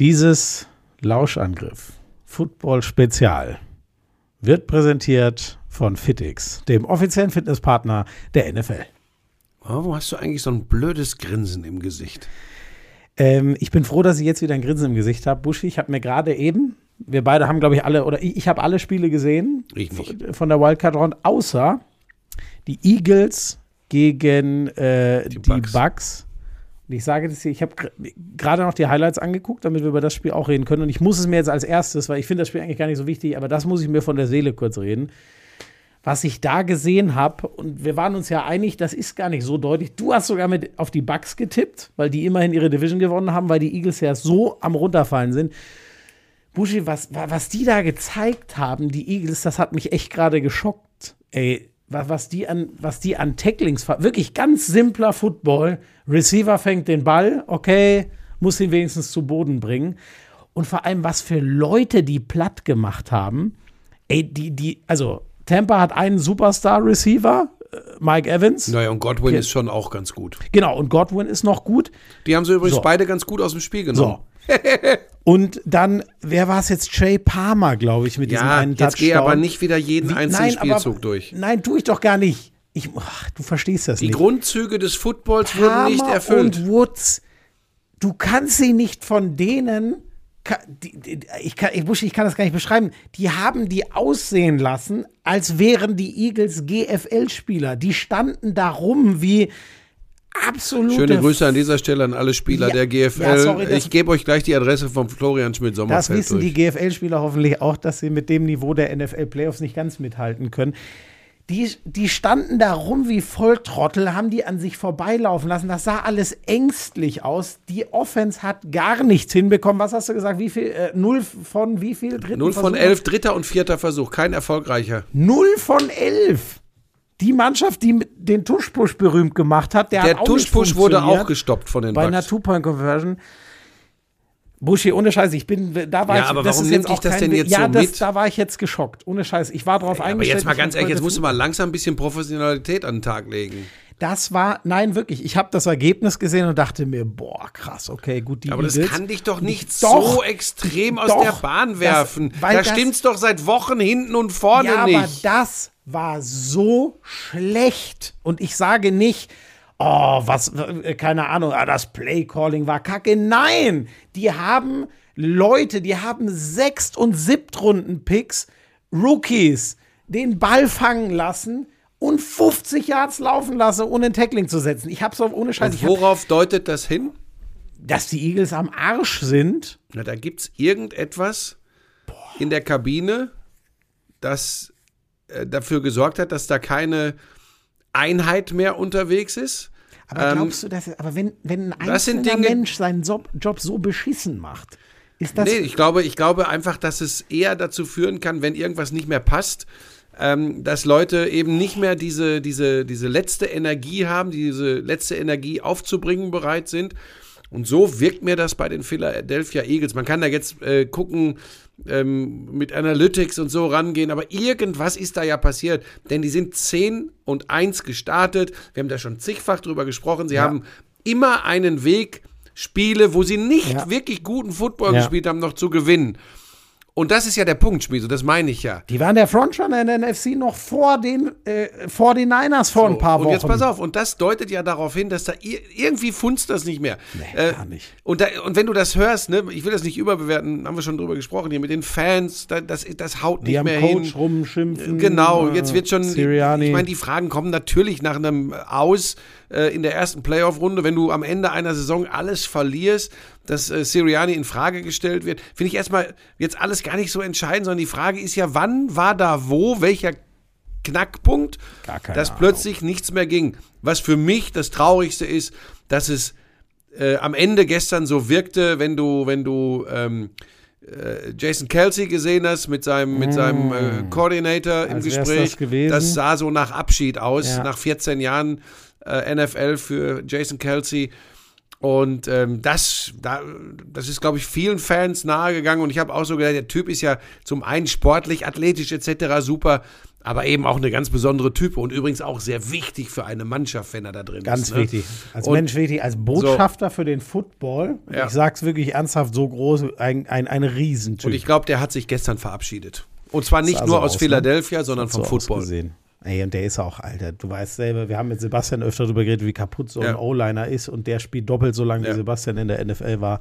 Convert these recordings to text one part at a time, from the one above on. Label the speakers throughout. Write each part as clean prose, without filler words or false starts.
Speaker 1: Dieses Lauschangriff Football Spezial wird präsentiert von Fitix, dem offiziellen Fitnesspartner der NFL.
Speaker 2: Warum hast du eigentlich so ein blödes Grinsen im Gesicht?
Speaker 1: Ich bin froh, dass ich jetzt wieder ein Grinsen im Gesicht habe. Buschi, ich habe mir gerade eben, wir beide haben, glaube ich, alle, oder ich habe alle Spiele gesehen.
Speaker 2: Ich nicht.
Speaker 1: Von der Wildcard Round, außer die Eagles gegen die Bucks. Und ich sage das hier, ich habe gerade noch die Highlights angeguckt, damit wir über das Spiel auch reden können. Und ich muss es mir jetzt als erstes, weil ich finde das Spiel eigentlich gar nicht so wichtig, aber das muss ich mir von der Seele kurz reden. Was ich da gesehen habe, und wir waren uns ja einig, das ist gar nicht so deutlich. Du hast sogar mit auf die Bucks getippt, weil die immerhin ihre Division gewonnen haben, weil die Eagles ja so am Runterfallen sind. Buschi, was die da gezeigt haben, die Eagles, das hat mich echt gerade geschockt. Ey, was die an Tacklings, wirklich ganz simpler Football. Receiver fängt den Ball, okay, muss ihn wenigstens zu Boden bringen. Und vor allem, was für Leute die platt gemacht haben. Ey, also Tampa hat einen Superstar-Receiver, Mike Evans.
Speaker 2: Naja, und Godwin ist schon auch ganz gut.
Speaker 1: Genau, und Godwin ist noch gut.
Speaker 2: Die haben sie übrigens beide ganz gut aus dem Spiel genommen.
Speaker 1: So. Und dann, wer war es jetzt? Jay Palmer, glaube ich, mit diesem einen Touchdown.
Speaker 2: Jetzt gehe aber nicht wieder jeden einzelnen Spielzug durch.
Speaker 1: Nein, tue ich doch gar nicht. Du verstehst das nicht.
Speaker 2: Die Grundzüge des Footballs wurden nicht erfüllt.
Speaker 1: Und Woods, du kannst sie nicht von denen, ich kann das gar nicht beschreiben, die haben die aussehen lassen, als wären die Eagles GFL-Spieler. Die standen da rum wie absolute...
Speaker 2: Schöne Grüße an dieser Stelle an alle Spieler der GFL. Ja, sorry, ich gebe euch gleich die Adresse von Florian Schmidt-Sommerfeld.
Speaker 1: Das wissen die GFL-Spieler hoffentlich auch, dass sie mit dem Niveau der NFL-Playoffs nicht ganz mithalten können. Die standen da rum wie Volltrottel, haben die an sich vorbeilaufen lassen. Das sah alles ängstlich aus. Die Offense hat gar nichts hinbekommen. Was hast du gesagt? Wie viel? 0 von wie viel?
Speaker 2: 0 von 11, dritter und vierter Versuch. Kein erfolgreicher.
Speaker 1: 0 von 11. Die Mannschaft, die den Tush-Push berühmt gemacht hat, der
Speaker 2: Tush-Push wurde auch gestoppt von den Bucks.
Speaker 1: Bei einer Two-Point-Conversion. Buschi, ohne Scheiß,
Speaker 2: aber warum nimmt dich das denn jetzt so mit?
Speaker 1: Da war ich jetzt geschockt, ohne Scheiß. Ich war drauf eingestellt.
Speaker 2: Aber jetzt mal ganz ehrlich, jetzt musst du mal langsam ein bisschen Professionalität an den Tag legen.
Speaker 1: Nein, wirklich, ich habe das Ergebnis gesehen und dachte mir, boah, krass, okay, gut,
Speaker 2: aber das kann dich doch nicht so extrem aus der Bahn werfen. Da stimmt's doch seit Wochen hinten und vorne nicht.
Speaker 1: Ja, aber das war so schlecht. Und ich sage nicht, keine Ahnung, das Play-Calling war kacke. Nein, die haben 6- und 7-Runden-Picks, Rookies, den Ball fangen lassen und 50 Yards laufen lassen, ohne ein Tackling zu setzen. Ich hab's auch ohne Scheiß.
Speaker 2: Und worauf deutet das hin?
Speaker 1: Dass die Eagles am Arsch sind.
Speaker 2: Na, da gibt's irgendetwas in der Kabine, das dafür gesorgt hat, dass da keine Einheit mehr unterwegs ist.
Speaker 1: Aber glaubst du, wenn ein einzelner Mensch seinen Job so beschissen macht, ist das...
Speaker 2: Nee, ich glaube einfach, dass es eher dazu führen kann, wenn irgendwas nicht mehr passt, dass Leute eben nicht mehr diese letzte Energie haben, diese letzte Energie aufzubringen bereit sind. Und so wirkt mir das bei den Philadelphia Eagles. Man kann da jetzt gucken, mit Analytics und so rangehen, aber irgendwas ist da ja passiert, denn die sind 10-1 gestartet, wir haben da schon zigfach drüber gesprochen, sie haben immer einen Weg, Spiele, wo sie nicht wirklich guten Football gespielt haben, noch zu gewinnen. Und das ist ja der Punkt, Schmieso, das meine ich ja.
Speaker 1: Die waren der Frontrunner in der NFC noch vor den Niners vor ein paar Wochen.
Speaker 2: Und jetzt pass auf, und das deutet ja darauf hin, dass da irgendwie funzt das nicht mehr.
Speaker 1: Nee, gar nicht.
Speaker 2: Und wenn du das hörst, ne, ich will das nicht überbewerten, haben wir schon drüber gesprochen hier, mit den Fans, das haut nicht mehr hin. Die
Speaker 1: am Coach rumschimpfen.
Speaker 2: Genau, jetzt wird schon,
Speaker 1: Sirianni.
Speaker 2: Ich meine, die Fragen kommen natürlich nach einem Aus in der ersten Playoff-Runde, wenn du am Ende einer Saison alles verlierst, dass Sirianni in Frage gestellt wird, finde ich erstmal jetzt alles gar nicht so entscheidend, sondern die Frage ist ja, wann war da welcher Knackpunkt, dass plötzlich nichts mehr ging. Was für mich das Traurigste ist, dass es am Ende gestern so wirkte, wenn du Jason Kelce gesehen hast mit seinem Coordinator im Gespräch. Das sah so nach Abschied aus, nach 14 Jahren NFL für Jason Kelce. Und das ist, glaube ich, vielen Fans nahegegangen. Und ich habe auch so gedacht, der Typ ist ja zum einen sportlich, athletisch etc. super, Aber eben auch eine ganz besondere Type und übrigens auch sehr wichtig für eine Mannschaft, wenn er da drin
Speaker 1: ganz
Speaker 2: ist. Ganz
Speaker 1: wichtig. Als Mensch wichtig, als Botschafter für den Football.
Speaker 2: Ja.
Speaker 1: Ich sag's wirklich ernsthaft, so groß, ein Riesentyp.
Speaker 2: Und ich glaube, der hat sich gestern verabschiedet. Und zwar nicht nur aus Philadelphia, sondern vom Football.
Speaker 1: Ausgesehen. Ey, und der ist auch, Alter, du weißt selber, wir haben mit Sebastian öfter darüber geredet, wie kaputt so ein O-Liner ist und der spielt doppelt so lange, wie Sebastian in der NFL war.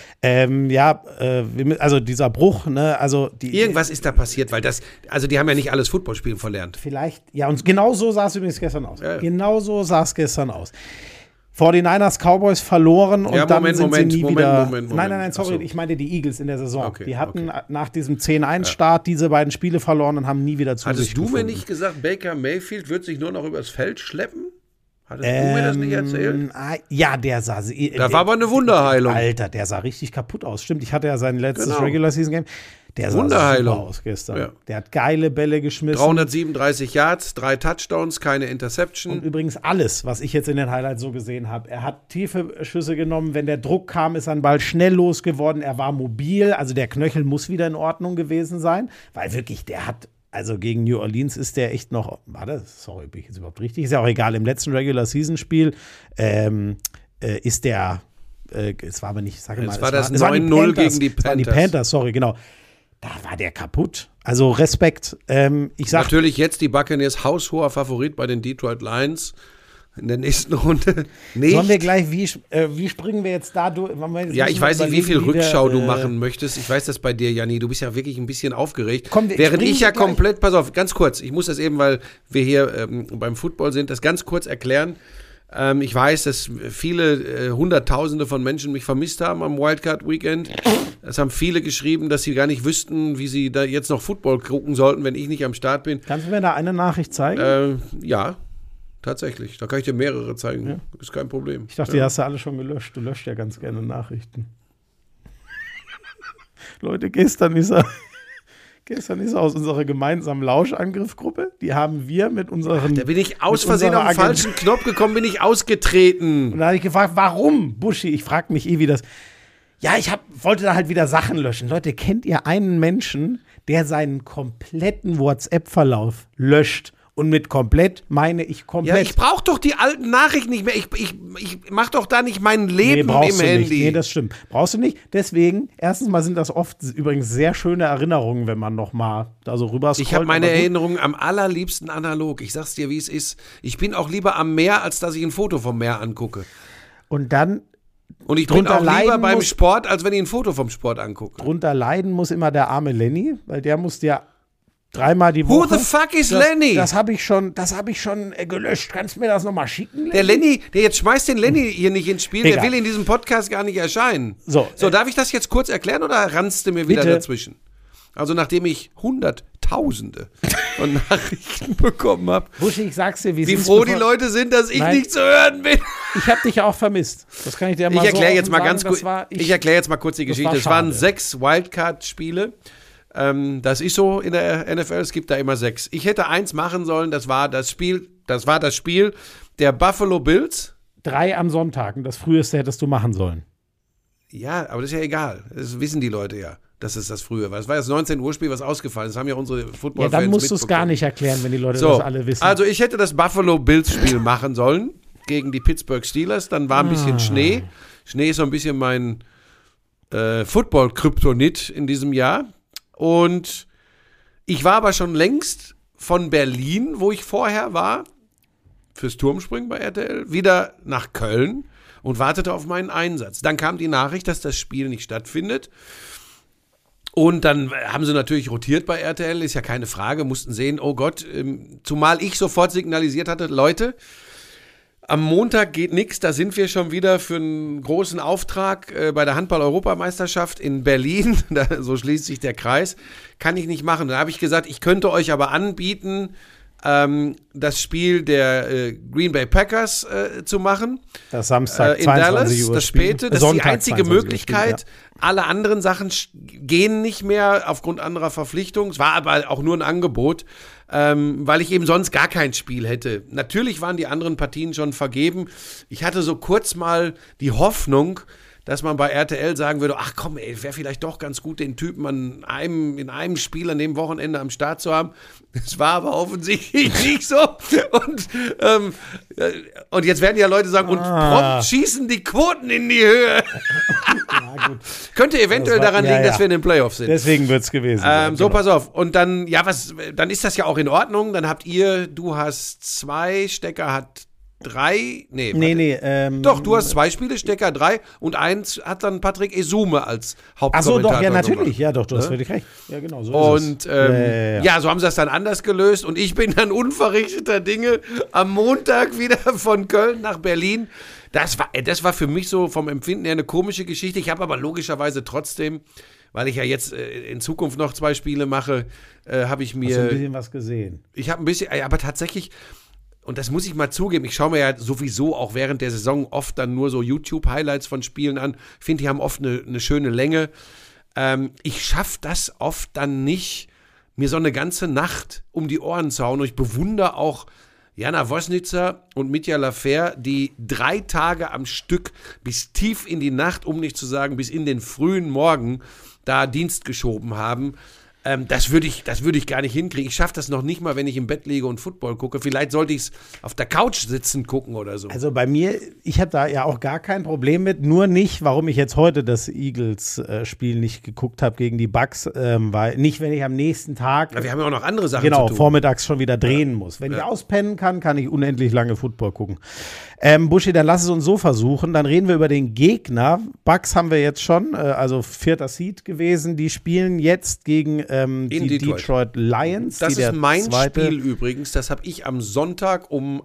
Speaker 1: Also dieser Bruch, ne, also
Speaker 2: irgendwas ist da passiert, weil die haben ja nicht alles Footballspielen verlernt.
Speaker 1: Vielleicht, ja, und genau so sah es übrigens gestern aus. Ja. Genau so sah es gestern aus. 49ers Cowboys verloren und dann sind sie nie wieder. Nein, sorry, ich meinte die Eagles in der Saison. Okay, die hatten nach diesem 10-1-Start diese beiden Spiele verloren und haben nie wieder zu sich gefunden.
Speaker 2: Hattest du mir nicht gesagt, Baker Mayfield wird sich nur noch übers Feld schleppen? Hattest du mir das nicht erzählt?
Speaker 1: Ja, der sah.
Speaker 2: Da war aber eine Wunderheilung.
Speaker 1: Alter, der sah richtig kaputt aus. Stimmt, ich hatte ja sein letztes Regular Season Game. Der sah
Speaker 2: Wunderheilung
Speaker 1: super aus gestern. Ja. Der hat geile Bälle geschmissen.
Speaker 2: 337 Yards, 3 Touchdowns, keine Interception.
Speaker 1: Und übrigens alles, was ich jetzt in den Highlights so gesehen habe. Er hat tiefe Schüsse genommen. Wenn der Druck kam, ist ein Ball schnell losgeworden. Er war mobil. Also der Knöchel muss wieder in Ordnung gewesen sein. Weil wirklich, der hat, also gegen New Orleans ist der echt noch, sorry, bin ich jetzt überhaupt richtig? Ist ja auch egal. Im letzten Regular-Season-Spiel ist der, es war aber nicht, sage mal.
Speaker 2: Es war das 9-0 gegen die Panthers.
Speaker 1: Es waren die Panthers, sorry, genau. Da war der kaputt. Also Respekt. Ich sag
Speaker 2: natürlich jetzt die Buccaneers haushoher Favorit bei den Detroit Lions in der nächsten Runde. Nicht.
Speaker 1: Sollen wir gleich, wie springen wir jetzt da durch?
Speaker 2: Ja, ich weiß nicht, wie viel Rückschau du machen möchtest. Ich weiß das bei dir, Janni. Du bist ja wirklich ein bisschen aufgeregt. Während ich ja komplett, pass auf, ganz kurz, ich muss das eben, weil wir hier beim Football sind, das ganz kurz erklären. Ich weiß, dass viele Hunderttausende von Menschen mich vermisst haben am Wildcard-Weekend. Es haben viele geschrieben, dass sie gar nicht wüssten, wie sie da jetzt noch Football gucken sollten, wenn ich nicht am Start bin.
Speaker 1: Kannst du mir da eine Nachricht zeigen?
Speaker 2: Ja, tatsächlich. Da kann ich dir mehrere zeigen. Ja. Ist kein Problem.
Speaker 1: Ich dachte, die hast du alle schon gelöscht. Du löscht ja ganz gerne Nachrichten. Leute, gestern ist er aus unserer gemeinsamen Lauschangriffgruppe. Die haben wir mit unseren.
Speaker 2: Da bin ich aus Versehen auf den falschen Knopf gekommen, bin ich ausgetreten.
Speaker 1: Und da habe ich gefragt, warum, Buschi? Ich frage mich wie das. Ja, wollte da halt wieder Sachen löschen. Leute, kennt ihr einen Menschen, der seinen kompletten WhatsApp-Verlauf löscht? Und mit komplett meine ich komplett.
Speaker 2: Ja, ich brauche doch die alten Nachrichten nicht mehr. Ich mache doch da nicht mein Leben im Handy.
Speaker 1: Nee, das stimmt. Brauchst du nicht. Deswegen, erstens mal sind das oft übrigens sehr schöne Erinnerungen, wenn man noch mal da so rüber scrollt.
Speaker 2: Ich habe meine Erinnerungen am allerliebsten analog. Ich sag's dir, wie es ist. Ich bin auch lieber am Meer, als dass ich ein Foto vom Meer angucke.
Speaker 1: Und dann
Speaker 2: und ich bin auch lieber beim Sport, als wenn ich ein Foto vom Sport angucke.
Speaker 1: Drunter leiden muss immer der arme Lenny, weil der muss ja 3-mal die Woche.
Speaker 2: Who the fuck is Lenny?
Speaker 1: Das habe ich schon gelöscht. Kannst du mir das nochmal schicken, Lenny?
Speaker 2: Der Lenny, jetzt schmeißt den Lenny hier nicht ins Spiel. Egal. Der will in diesem Podcast gar nicht erscheinen. So, darf ich das jetzt kurz erklären oder rannst du mir wieder dazwischen? Also nachdem ich Hunderttausende von Nachrichten bekommen habe.
Speaker 1: Buschi, ich sag's dir,
Speaker 2: wie froh die Leute sind, dass ich nicht zu hören bin.
Speaker 1: Ich habe dich ja auch vermisst. Das kann ich dir mal
Speaker 2: Ich erkläre jetzt mal kurz die Geschichte. Es waren 6 Wildcard-Spiele. Das ist so in der NFL, es gibt da immer 6. Ich hätte 1 machen sollen, das war das Spiel der Buffalo Bills.
Speaker 1: 3 am Sonntag, das früheste hättest du machen sollen.
Speaker 2: Ja, aber das ist ja egal, das wissen die Leute ja, dass es das frühe war. Es war das 19 Uhr Spiel, was ausgefallen ist, das haben ja unsere Football-Fans
Speaker 1: Ja, dann musst du es gar nicht erklären, wenn die Leute das alle wissen.
Speaker 2: Also ich hätte das Buffalo Bills Spiel machen sollen gegen die Pittsburgh Steelers, dann war ein bisschen Schnee. Schnee ist so ein bisschen mein Football-Kryptonit in diesem Jahr. Und ich war aber schon längst von Berlin, wo ich vorher war, fürs Turmspringen bei RTL, wieder nach Köln und wartete auf meinen Einsatz. Dann kam die Nachricht, dass das Spiel nicht stattfindet. Und dann haben sie natürlich rotiert bei RTL, ist ja keine Frage, mussten sehen, oh Gott, zumal ich sofort signalisiert hatte, Leute, am Montag geht nichts, da sind wir schon wieder für einen großen Auftrag bei der Handball-Europameisterschaft in Berlin, so schließt sich der Kreis, kann ich nicht machen. Dann habe ich gesagt, ich könnte euch aber anbieten, das Spiel der Green Bay Packers zu machen.
Speaker 1: Das Samstag,
Speaker 2: in Dallas, das späte, das Sonntag, ist die einzige Möglichkeit. Spiel, ja. Alle anderen Sachen gehen nicht mehr aufgrund anderer Verpflichtungen. Es war aber auch nur ein Angebot, weil ich eben sonst gar kein Spiel hätte. Natürlich waren die anderen Partien schon vergeben. Ich hatte so kurz mal die Hoffnung, dass man bei RTL sagen würde, ach komm, ey, wäre vielleicht doch ganz gut, den Typen in einem Spiel an dem Wochenende am Start zu haben. Das war aber offensichtlich nicht so. Und jetzt werden ja Leute sagen, und prompt schießen die Quoten in die Höhe. Ja, gut. Könnte eventuell daran liegen, dass wir in den Playoffs sind.
Speaker 1: Deswegen wird es gewesen sein.
Speaker 2: So, pass auf. Und dann, dann ist das ja auch in Ordnung. Dann du hast 2, Stecker hat 3. Doch, du hast 2 Spiele, Stecker 3 und 1 hat dann Patrick Esume als Hauptkommentator.
Speaker 1: Ach so, doch, ja, natürlich. Gemacht. Ja, doch, du hast völlig recht. Ja, genau, so
Speaker 2: und, ist es. So haben sie das dann anders gelöst und ich bin dann unverrichteter Dinge am Montag wieder von Köln nach Berlin. Das war für mich so vom Empfinden her eine komische Geschichte. Ich habe aber logischerweise trotzdem, weil ich ja jetzt in Zukunft noch 2 Spiele mache, habe ich mir...
Speaker 1: Hast du ein bisschen was gesehen?
Speaker 2: Ich habe ein bisschen, aber tatsächlich... Und das muss ich mal zugeben, ich schaue mir ja sowieso auch während der Saison oft dann nur so YouTube-Highlights von Spielen an. Ich finde, die haben oft eine schöne Länge. Ich schaffe das oft dann nicht, mir so eine ganze Nacht um die Ohren zu hauen. Und ich bewundere auch Jana Wosnitzer und Mitja Lafer, die 3 Tage am Stück bis tief in die Nacht, um nicht zu sagen bis in den frühen Morgen, da Dienst geschoben haben. Das würde ich gar nicht hinkriegen. Ich schaffe das noch nicht mal, wenn ich im Bett liege und Football gucke. Vielleicht sollte ich es auf der Couch sitzen gucken oder so.
Speaker 1: Also bei mir, ich habe da ja auch gar kein Problem mit. Nur nicht, warum ich jetzt heute das Eagles-Spiel nicht geguckt habe gegen die Bucks. Weil nicht, wenn ich am nächsten Tag
Speaker 2: wir haben ja auch noch andere Sachen zu tun.
Speaker 1: Vormittags schon wieder drehen muss. Wenn ich auspennen kann ich unendlich lange Football gucken. Buschi, dann lass es uns so versuchen. Dann reden wir über den Gegner. Bucks haben wir jetzt schon, also 4. Seed gewesen. Die spielen jetzt gegen die Detroit Lions.
Speaker 2: Das ist mein Spiel übrigens. Das habe ich am Sonntag um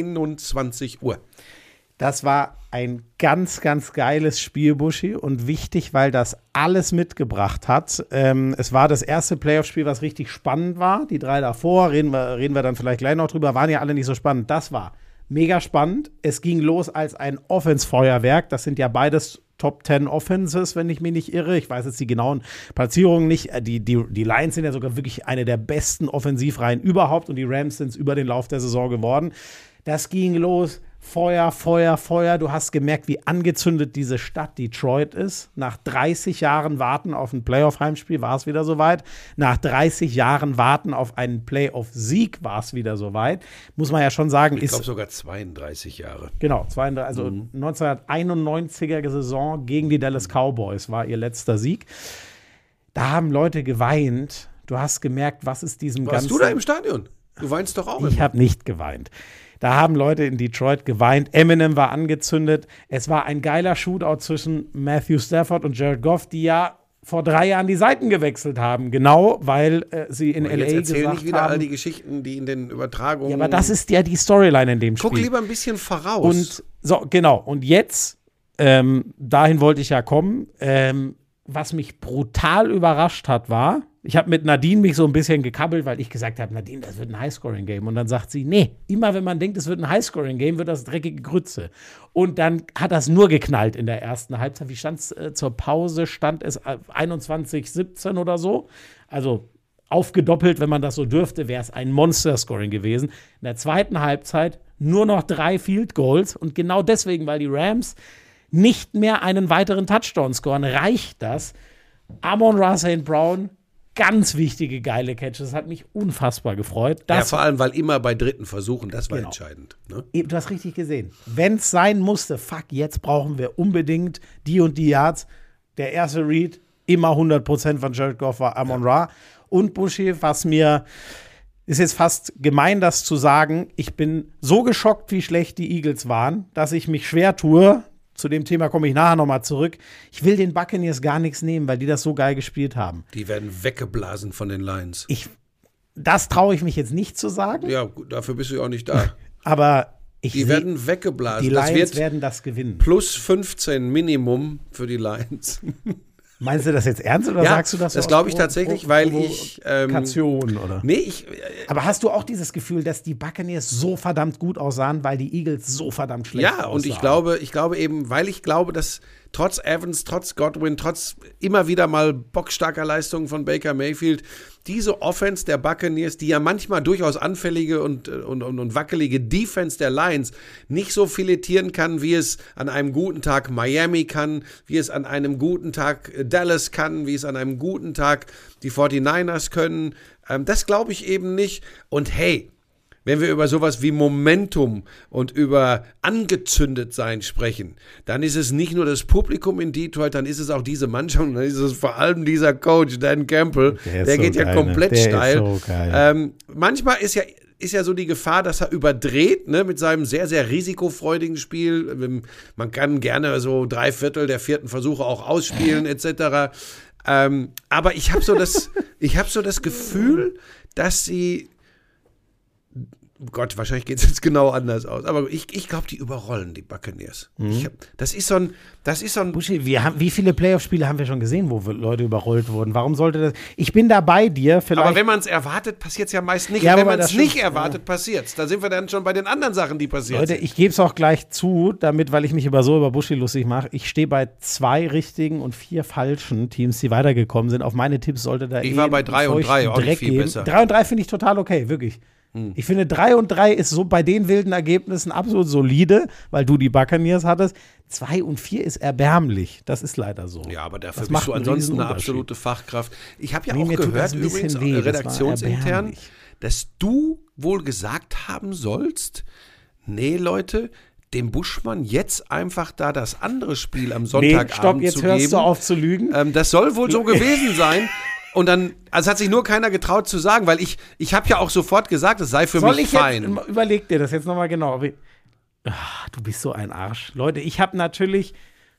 Speaker 2: 21 Uhr.
Speaker 1: Das war ein ganz, ganz geiles Spiel, Buschi, und wichtig, weil das alles mitgebracht hat. Es war das erste Playoff-Spiel, was richtig spannend war. Die 3 davor, reden wir dann vielleicht gleich noch drüber, waren ja alle nicht so spannend. Das war mega spannend. Es ging los als ein Offense-Feuerwerk. Das sind ja beides Top 10 Offenses, wenn ich mich nicht irre. Ich weiß jetzt die genauen Platzierungen nicht. Die Lions sind ja sogar wirklich eine der besten Offensivreihen überhaupt und die Rams sind es über den Lauf der Saison geworden. Das ging los. Feuer, Feuer, Feuer. Du hast gemerkt, wie angezündet diese Stadt Detroit ist. Nach 30 Jahren Warten auf ein Playoff-Heimspiel war es wieder soweit. Nach 30 Jahren Warten auf einen Playoff-Sieg war es wieder soweit. Muss man ja schon sagen.
Speaker 2: Ich glaube sogar 32 Jahre.
Speaker 1: Genau, 32, also 1991er Saison gegen die Dallas Cowboys war ihr letzter Sieg. Da haben Leute geweint. Du hast gemerkt, was ist diesem ganzen...
Speaker 2: Warst du da im Stadion? Du weinst doch auch immer.
Speaker 1: Ich habe nicht geweint. Da haben Leute in Detroit geweint. Eminem war angezündet. Es war ein geiler Shootout zwischen Matthew Stafford und Jared Goff, die ja vor 3 Jahren die Seiten gewechselt haben. Genau, weil sie in L.A. gesagt haben.
Speaker 2: Erzähl nicht wieder all die Geschichten, die in den Übertragungen...
Speaker 1: Ja, aber das ist ja die Storyline in dem Spiel.
Speaker 2: Guck lieber ein bisschen voraus.
Speaker 1: Und so, genau. Und jetzt, dahin wollte ich ja kommen, was mich brutal überrascht hat, war, ich habe mit Nadine mich so ein bisschen gekabbelt, weil ich gesagt habe, Nadine, das wird ein Highscoring-Game. Und dann sagt sie, nee, immer wenn man denkt, es wird ein Highscoring-Game, wird das dreckige Grütze. Und dann hat das nur geknallt in der ersten Halbzeit. Wie stand es zur Pause? Stand es 21-17 oder so? Also aufgedoppelt, wenn man das so dürfte, wäre es ein Monster-Scoring gewesen. In der zweiten Halbzeit nur noch 3 Field Goals. Und genau deswegen, weil die Rams nicht mehr einen weiteren Touchdown scoren, reicht das. Amon-Ra St. Brown, ganz wichtige, geile Catch. Das hat mich unfassbar gefreut.
Speaker 2: Ja, vor allem, weil immer bei dritten Versuchen, das war entscheidend. Ne?
Speaker 1: Du hast richtig gesehen. Wenn es sein musste, jetzt brauchen wir unbedingt die und die Yards. Der erste Read, immer 100% von Jared Goff war Amon-Ra. Und Buschi, was mir, ist jetzt fast gemein, das zu sagen, ich bin so geschockt, wie schlecht die Eagles waren, dass ich mich schwer tue. Zu dem Thema komme ich nachher nochmal zurück. Ich will den Buccaneers gar nichts nehmen, weil die das so geil gespielt haben.
Speaker 2: Die werden weggeblasen von den Lions.
Speaker 1: Das traue ich mich jetzt nicht zu sagen.
Speaker 2: Ja, gut, dafür bist du ja auch nicht da.
Speaker 1: Aber
Speaker 2: die werden weggeblasen.
Speaker 1: Die Lions werden das gewinnen.
Speaker 2: Plus 15 Minimum für die Lions.
Speaker 1: Meinst du das jetzt ernst oder sagst du das?
Speaker 2: Das glaube ich tatsächlich, weil ich
Speaker 1: oder?
Speaker 2: Nee,
Speaker 1: aber hast du auch dieses Gefühl, dass die Buccaneers so verdammt gut aussahen, weil die Eagles so verdammt schlecht aussahen?
Speaker 2: Ja, und ich glaube eben, weil ich glaube, dass trotz Evans, trotz Godwin, trotz immer wieder mal bockstarker Leistungen von Baker Mayfield, diese Offense der Buccaneers, die ja manchmal durchaus anfällige und wackelige Defense der Lions nicht so filetieren kann, wie es an einem guten Tag Miami kann, wie es an einem guten Tag Dallas kann, wie es an einem guten Tag die 49ers können. Das glaube ich eben nicht. Und hey, wenn wir über sowas wie Momentum und über angezündet sein sprechen, dann ist es nicht nur das Publikum in Detroit, dann ist es auch diese Mannschaft und dann ist es vor allem dieser Coach, Dan Campbell, der geht ja komplett steil. Ist so geil. Manchmal ist ja so die Gefahr, dass er überdreht, ne, mit seinem sehr, sehr risikofreudigen Spiel. Man kann gerne so 3/4 der 4. Versuche auch ausspielen, etc. Aber ich habe so das Gefühl, dass sie Gott, wahrscheinlich geht es jetzt genau anders aus. Aber ich glaube, die überrollen die Buccaneers. Das ist so ein
Speaker 1: Buschi, wie viele Playoff-Spiele haben wir schon gesehen, wo Leute überrollt wurden? Warum sollte das? Ich bin da bei dir. Vielleicht.
Speaker 2: Aber wenn man es erwartet, passiert es ja meist nicht. Ja, wenn man es nicht erwartet, passiert es. Da sind wir dann schon bei den anderen Sachen, die passieren.
Speaker 1: Leute, ich gebe es auch gleich zu, weil ich mich über Buschi lustig mache. Ich stehe bei 2 richtigen und 4 falschen Teams, die weitergekommen sind. Auf meine Tipps sollte da
Speaker 2: Ich war bei 3 und 3, auch nicht viel besser.
Speaker 1: 3 und 3 finde ich total okay, wirklich. Ich finde, 3 und 3 ist so bei den wilden Ergebnissen absolut solide, weil du die Buccaneers hattest. 2 und 4 ist erbärmlich. Das ist leider so.
Speaker 2: Ja, aber dafür bist du ansonsten eine absolute Fachkraft. Ich habe ja auch gehört, übrigens redaktionsintern, dass du wohl gesagt haben sollst, nee, Leute, dem Buschmann jetzt einfach da das andere Spiel am Sonntagabend zu geben.
Speaker 1: Jetzt hörst du auf zu lügen.
Speaker 2: Das soll wohl so gewesen sein. Und dann, also hat sich nur keiner getraut zu sagen, weil ich habe ja auch sofort gesagt, es sei für mich fein.
Speaker 1: Überleg dir das jetzt nochmal genau. Du bist so ein Arsch. Leute, ich habe natürlich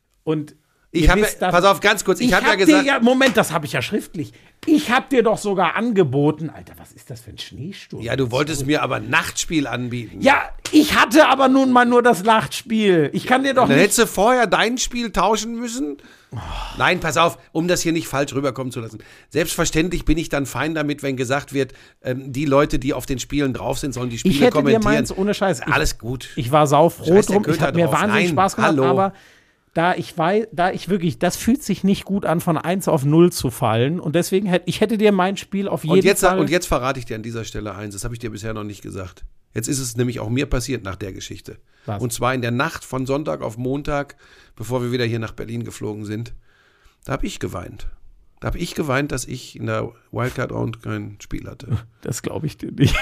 Speaker 2: pass auf, ganz kurz, ich habe ja gesagt.
Speaker 1: Moment, das habe ich ja schriftlich. Ich habe dir doch sogar angeboten, Alter, was ist das für ein Schneesturm?
Speaker 2: Ja, du wolltest mir aber ein Nachtspiel anbieten.
Speaker 1: Ja, ich hatte aber nun mal nur das Nachtspiel. Ich kann dir doch
Speaker 2: nicht. Dann hättest du vorher dein Spiel tauschen müssen? Oh. Nein, pass auf, um das hier nicht falsch rüberkommen zu lassen. Selbstverständlich bin ich dann fein damit, wenn gesagt wird, die Leute, die auf den Spielen drauf sind, sollen die Spiele kommentieren.
Speaker 1: Ich hätte dir meins ohne Scheiß.
Speaker 2: Alles gut.
Speaker 1: Ich war saufroh drum, ich habe mir wahnsinnig Spaß gemacht, aber da ich wirklich, das fühlt sich nicht gut an, von 1 auf 0 zu fallen. Und deswegen hätte dir mein Spiel auf jeden Fall.
Speaker 2: Und jetzt verrate ich dir an dieser Stelle eins, das habe ich dir bisher noch nicht gesagt. Jetzt ist es nämlich auch mir passiert nach der Geschichte.
Speaker 1: Was?
Speaker 2: Und zwar in der Nacht von Sonntag auf Montag, bevor wir wieder hier nach Berlin geflogen sind. Da habe ich geweint. Dass ich in der Wildcard Round kein Spiel hatte.
Speaker 1: Das glaube ich dir nicht.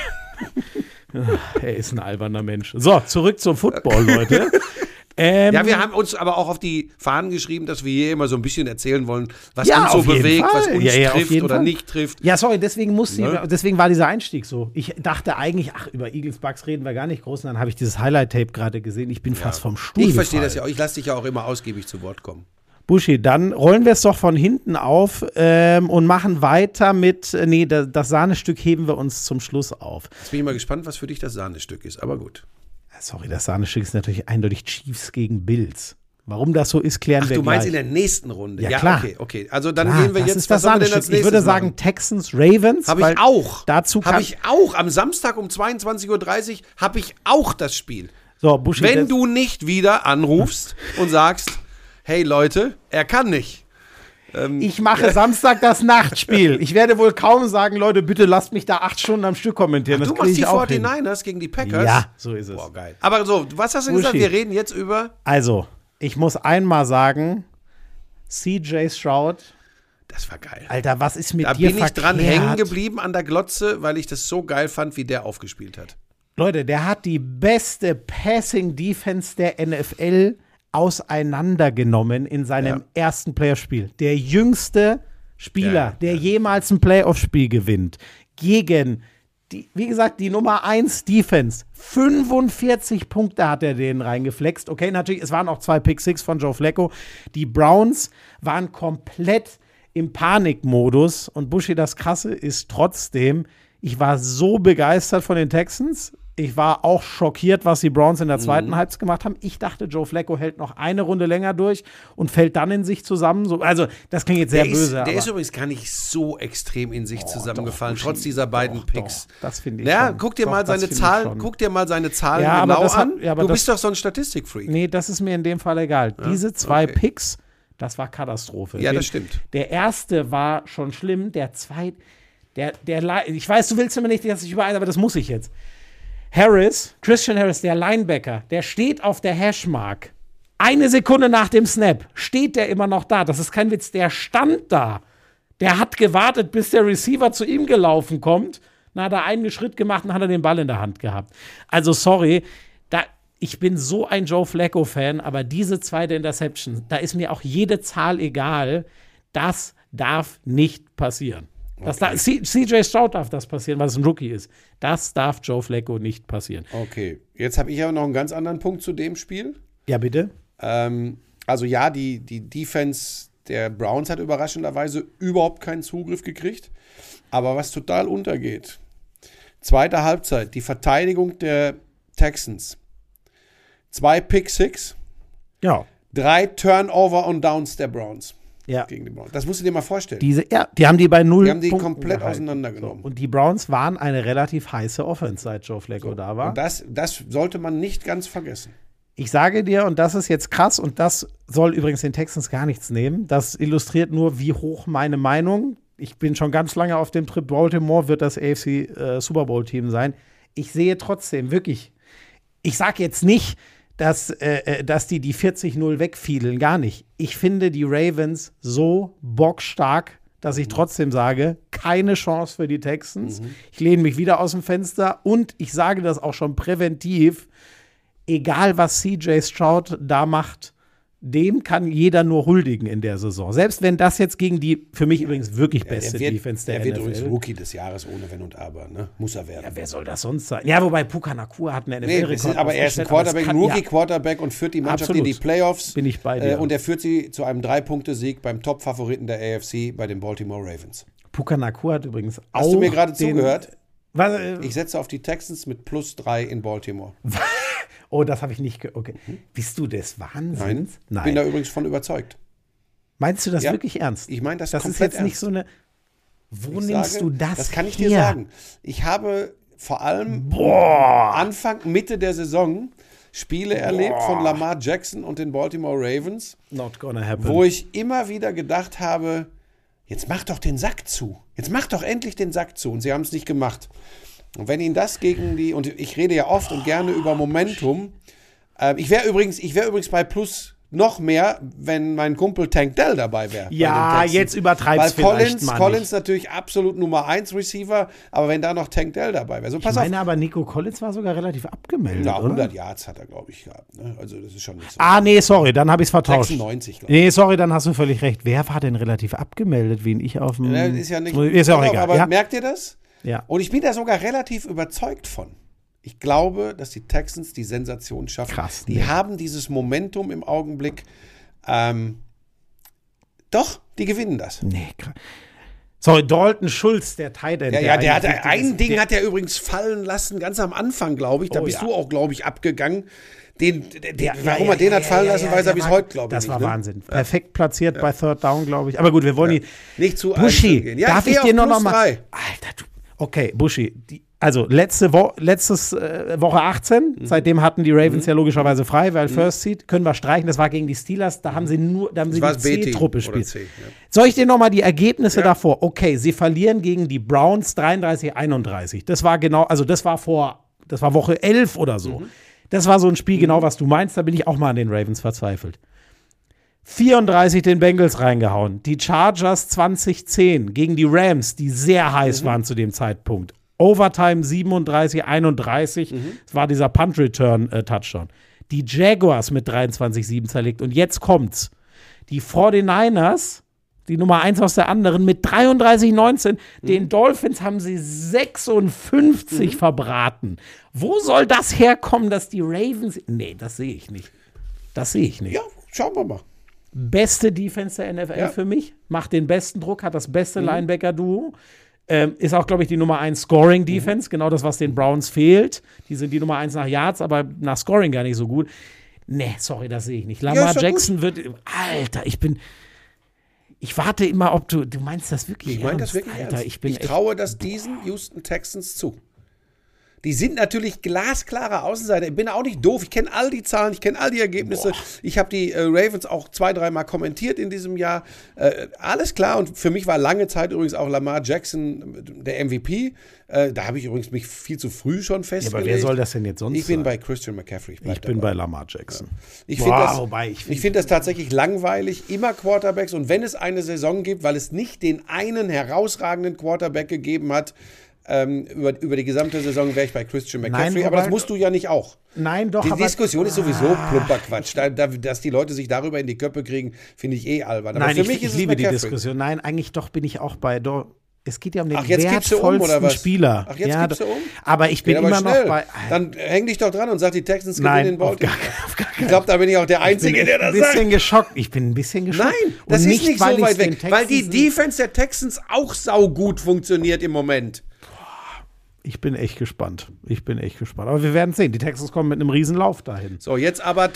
Speaker 1: Er ist ein alberner Mensch. So, zurück zum Football, Leute.
Speaker 2: Ja, wir haben uns aber auch auf die Fahnen geschrieben, dass wir hier immer so ein bisschen erzählen wollen, was uns so bewegt, was uns trifft oder nicht trifft.
Speaker 1: Ja, sorry, deswegen war dieser Einstieg so. Ich dachte eigentlich, über Eagles Bucks reden wir gar nicht groß. Und dann habe ich dieses Highlight-Tape gerade gesehen. Ich bin fast vom Stuhl
Speaker 2: Ich verstehe das ja auch. Ich lasse dich ja auch immer ausgiebig zu Wort kommen.
Speaker 1: Buschi, dann rollen wir es doch von hinten auf und machen weiter mit, das Sahnestück heben wir uns zum Schluss auf.
Speaker 2: Jetzt bin ich mal gespannt, was für dich das Sahnestück ist, aber gut.
Speaker 1: Sorry, das Sahnestück ist natürlich eindeutig Chiefs gegen Bills. Warum das so ist, klären wir gleich.
Speaker 2: Du meinst in der nächsten Runde?
Speaker 1: Ja, klar.
Speaker 2: Okay. Also dann gehen wir jetzt,
Speaker 1: was sollen wir denn als nächstes Ich würde sagen Texans, Ravens.
Speaker 2: Habe ich auch.
Speaker 1: Habe
Speaker 2: ich auch. Am Samstag um 22:30 Uhr habe ich auch das Spiel.
Speaker 1: So, Buschi,
Speaker 2: wenn du nicht wieder anrufst und sagst, hey Leute, er kann nicht.
Speaker 1: Ich mache Samstag das Nachtspiel. Ich werde wohl kaum sagen, Leute, bitte lasst mich da 8 Stunden am Stück kommentieren.
Speaker 2: Du machst die 49ers gegen die Packers?
Speaker 1: Ja, so ist es.
Speaker 2: Boah, geil. Aber so, was hast du gesagt? Wir reden jetzt über...
Speaker 1: Also, ich muss einmal sagen, CJ Stroud.
Speaker 2: Das war geil.
Speaker 1: Alter, was ist mit dir
Speaker 2: verkehrt? Da bin ich dran hängen geblieben an der Glotze, weil ich das so geil fand, wie der aufgespielt hat.
Speaker 1: Leute, der hat die beste Passing-Defense der NFL auseinandergenommen in seinem ersten Playoff-Spiel. Der jüngste Spieler, der jemals ein Playoff-Spiel gewinnt, gegen, wie gesagt, die Nummer 1 Defense. 45 Punkte hat er denen reingeflext. Okay, natürlich, es waren auch 2 Pick-Six von Joe Flacco. Die Browns waren komplett im Panikmodus. Und Buschi, das Krasse ist trotzdem, ich war so begeistert von den Texans. Ich war auch schockiert, was die Browns in der zweiten Halbzeit gemacht haben. Ich dachte, Joe Flacco hält noch eine Runde länger durch und fällt dann in sich zusammen. So, also, das klingt jetzt sehr böse.
Speaker 2: Der ist übrigens gar nicht so extrem in sich zusammengefallen, trotz dieser beiden Picks.
Speaker 1: Doch, das finde ich
Speaker 2: ja,
Speaker 1: schon.
Speaker 2: Guck dir mal seine Zahlen
Speaker 1: ja,
Speaker 2: genau an.
Speaker 1: Du
Speaker 2: bist doch so ein Statistikfreak.
Speaker 1: Nee, das ist mir in dem Fall egal. Ja? Diese 2 Picks, das war Katastrophe.
Speaker 2: Ja, das stimmt.
Speaker 1: Der erste war schon schlimm, der zweite, ich weiß, du willst immer nicht, dass ich überein, aber das muss ich jetzt. Christian Harris, der Linebacker, der steht auf der Hashmark. 1 Sekunde nach dem Snap steht der immer noch da. Das ist kein Witz, der stand da. Der hat gewartet, bis der Receiver zu ihm gelaufen kommt. Dann hat er einen Schritt gemacht und hat er den Ball in der Hand gehabt. Also sorry, ich bin so ein Joe Flacco-Fan, aber diese 2. Interception, da ist mir auch jede Zahl egal. Das darf nicht passieren. CJ Stroud darf das passieren, weil es ein Rookie ist. Das darf Joe Flacco nicht passieren.
Speaker 2: Okay, jetzt habe ich aber noch einen ganz anderen Punkt zu dem Spiel.
Speaker 1: Ja, bitte.
Speaker 2: Also ja, die Defense der Browns hat überraschenderweise überhaupt keinen Zugriff gekriegt. Aber was total untergeht, zweite Halbzeit, die Verteidigung der Texans. 2 Pick-Six.
Speaker 1: Ja.
Speaker 2: 3 Turnover und Downs der Browns.
Speaker 1: Ja.
Speaker 2: Gegen die Browns. Das musst du dir mal vorstellen.
Speaker 1: Die haben die bei 0
Speaker 2: Die haben die
Speaker 1: Punkten
Speaker 2: komplett
Speaker 1: gehalten.
Speaker 2: auseinandergenommen.
Speaker 1: So. Und die Browns waren eine relativ heiße Offense, seit Joe Flacco da war.
Speaker 2: Und das sollte man nicht ganz vergessen.
Speaker 1: Ich sage dir, und das ist jetzt krass, und das soll übrigens den Texans gar nichts nehmen, das illustriert nur, wie hoch meine Meinung, ich bin schon ganz lange auf dem Trip, Baltimore wird das AFC Super Bowl Team sein. Ich sehe trotzdem wirklich, ich sage jetzt nicht, dass die 40-0 wegfielen, gar nicht. Ich finde die Ravens so bockstark, dass ich trotzdem sage, keine Chance für die Texans. Ich lehne mich wieder aus dem Fenster und ich sage das auch schon präventiv, egal was CJ Stroud da macht, dem kann jeder nur huldigen in der Saison. Selbst wenn das jetzt gegen die, für mich übrigens wirklich beste Defense der NFL.
Speaker 2: Er wird übrigens Rookie des Jahres ohne Wenn und Aber, ne? Muss er werden.
Speaker 1: Ja, wer soll das sonst sein? Ja, wobei Puka Nacua hat einen NFL-Rekord.
Speaker 2: Aber er ist ein Quarterback, ein Rookie-Quarterback und führt die Mannschaft in die Playoffs.
Speaker 1: Bin ich bei dir.
Speaker 2: Und er führt sie zu einem 3-Punkte-Sieg beim Top-Favoriten der AFC bei den Baltimore Ravens.
Speaker 1: Puka Nacua hat übrigens auch
Speaker 2: Hast du mir gerade zugehört?
Speaker 1: Was,
Speaker 2: ich setze auf die Texans mit +3 in Baltimore.
Speaker 1: Oh, das habe ich nicht okay. Bist du des Wahnsinns?
Speaker 2: Nein. Ich bin da übrigens von überzeugt.
Speaker 1: Meinst du das wirklich ernst?
Speaker 2: Ich meine das
Speaker 1: komplett ist jetzt
Speaker 2: ernst.
Speaker 1: Nicht so eine. Wo nimmst du das?
Speaker 2: Das kann ich
Speaker 1: her?
Speaker 2: dir sagen. Ich habe vor allem Mitte der Saison Spiele erlebt von Lamar Jackson und den Baltimore Ravens,
Speaker 1: Not gonna happen.
Speaker 2: Wo ich immer wieder gedacht habe, jetzt mach doch den Sack zu. Jetzt mach doch endlich den Sack zu. Und sie haben es nicht gemacht. Und wenn ihn das und ich rede ja oft und gerne über Momentum, ich wäre übrigens bei Plus noch mehr, wenn mein Kumpel Tank Dell dabei wäre.
Speaker 1: Ja, jetzt übertreibst du vielleicht mal
Speaker 2: Collins natürlich absolut Nummer 1 Receiver, aber wenn da noch Tank Dell dabei wäre. So,
Speaker 1: pass auf. Aber Nico Collins war sogar relativ abgemeldet,
Speaker 2: ja, 100
Speaker 1: oder?
Speaker 2: Yards hat er, glaube ich, gehabt. Ne? Also das ist schon nicht so.
Speaker 1: Nee, sorry, dann habe ich es vertauscht.
Speaker 2: 96, glaube ich.
Speaker 1: Nee, sorry, dann hast du völlig recht. Wer war denn relativ abgemeldet, wen ich auf dem...
Speaker 2: Ist ja nicht...
Speaker 1: Ist ja auch egal.
Speaker 2: Aber merkt ihr das?
Speaker 1: Ja.
Speaker 2: Und ich bin da sogar relativ überzeugt von. Ich glaube, dass die Texans die Sensation schaffen.
Speaker 1: Krass.
Speaker 2: Die haben dieses Momentum im Augenblick. Doch, die gewinnen das.
Speaker 1: Nee, krass. Sorry, Dalton Schulz, der Tight End.
Speaker 2: Ja, der hat hat er übrigens fallen lassen, ganz am Anfang, glaube ich. Da bist du auch, glaube ich, abgegangen. Warum er den hat fallen lassen, weiß er bis heute, glaube ich.
Speaker 1: Das war Wahnsinn. Perfekt platziert bei Third Down, glaube ich. Aber gut, wir wollen
Speaker 2: nicht zu
Speaker 1: Buschi,
Speaker 2: gehen.
Speaker 1: Ja, darf ich dir noch mal... Alter, okay, Buschi, letzte Woche 18, seitdem hatten die Ravens ja logischerweise frei, weil First Seed, können wir streichen, das war gegen die Steelers, da haben sie die C-Truppe gespielt.
Speaker 2: Ja.
Speaker 1: Soll ich dir noch mal die Ergebnisse davor? Okay, sie verlieren gegen die Browns 33-31. Das war das war Woche 11 oder so. Das war so ein Spiel, genau was du meinst, da bin ich auch mal an den Ravens verzweifelt. 34 den Bengals reingehauen. Die Chargers 2010 gegen die Rams, die sehr heiß waren zu dem Zeitpunkt. Overtime 37-31. Das war dieser Punt-Return-Touchdown. Die Jaguars mit 23-7 zerlegt. Und jetzt kommt's. Die 49ers, die Nummer 1 aus der anderen, mit 33-19. Den Dolphins haben sie 56 verbraten. Wo soll das herkommen, dass die Ravens... Nee, das sehe ich nicht.
Speaker 2: Ja, schauen wir mal.
Speaker 1: Beste Defense der NFL für mich. Macht den besten Druck, hat das beste Linebacker-Duo. Ist auch, glaube ich, die Nummer 1 Scoring-Defense, genau das, was den Browns fehlt. Die sind die Nummer 1 nach Yards, aber nach Scoring gar nicht so gut. Nee, sorry, das sehe ich nicht. Lamar Jackson wird, Alter, ich warte immer, ob du meinst das wirklich
Speaker 2: ernst? Ich meine das wirklich
Speaker 1: Alter,
Speaker 2: ernst. Ich traue das diesen Houston Texans zu. Die sind natürlich glasklare Außenseiter. Ich bin auch nicht doof. Ich kenne all die Zahlen, ich kenne all die Ergebnisse. Ich habe die Ravens auch 2-3 Mal kommentiert in diesem Jahr. Alles klar. Und für mich war lange Zeit übrigens auch Lamar Jackson der MVP. Da habe ich übrigens mich viel zu früh schon festgelegt.
Speaker 1: Ja, aber wer soll das denn jetzt sonst
Speaker 2: sein? Ich bin bei Christian McCaffrey.
Speaker 1: Ich bin bei Lamar Jackson.
Speaker 2: Ja. Ich finde das tatsächlich langweilig. Immer Quarterbacks. Und wenn es eine Saison gibt, weil es nicht den einen herausragenden Quarterback gegeben hat, über die gesamte Saison wäre ich bei Christian McCaffrey, Nein, aber das musst du ja nicht auch.
Speaker 1: Nein, doch.
Speaker 2: Die Diskussion ist sowieso plumper Quatsch. Dass die Leute sich darüber in die Köpfe kriegen, finde ich albern. Aber
Speaker 1: Nein,
Speaker 2: für mich ist
Speaker 1: ich liebe die Diskussion. Nein, eigentlich doch bin ich auch bei. Es geht ja um den
Speaker 2: wertvollsten
Speaker 1: Spieler.
Speaker 2: Ach, jetzt gibst du um?
Speaker 1: Aber ich bin immer noch bei.
Speaker 2: Dann häng dich doch dran und sag, die Texans gewinnen den Baltimore. Ich glaube, da bin ich auch der Einzige, der das sagt.
Speaker 1: Ich bin ein bisschen geschockt.
Speaker 2: Nein, das ist nicht so weit weg. Weil die Defense der Texans auch saugut funktioniert im Moment.
Speaker 1: Ich bin echt gespannt. Aber wir werden sehen. Die Texans kommen mit einem Riesenlauf dahin.
Speaker 2: So, jetzt aber.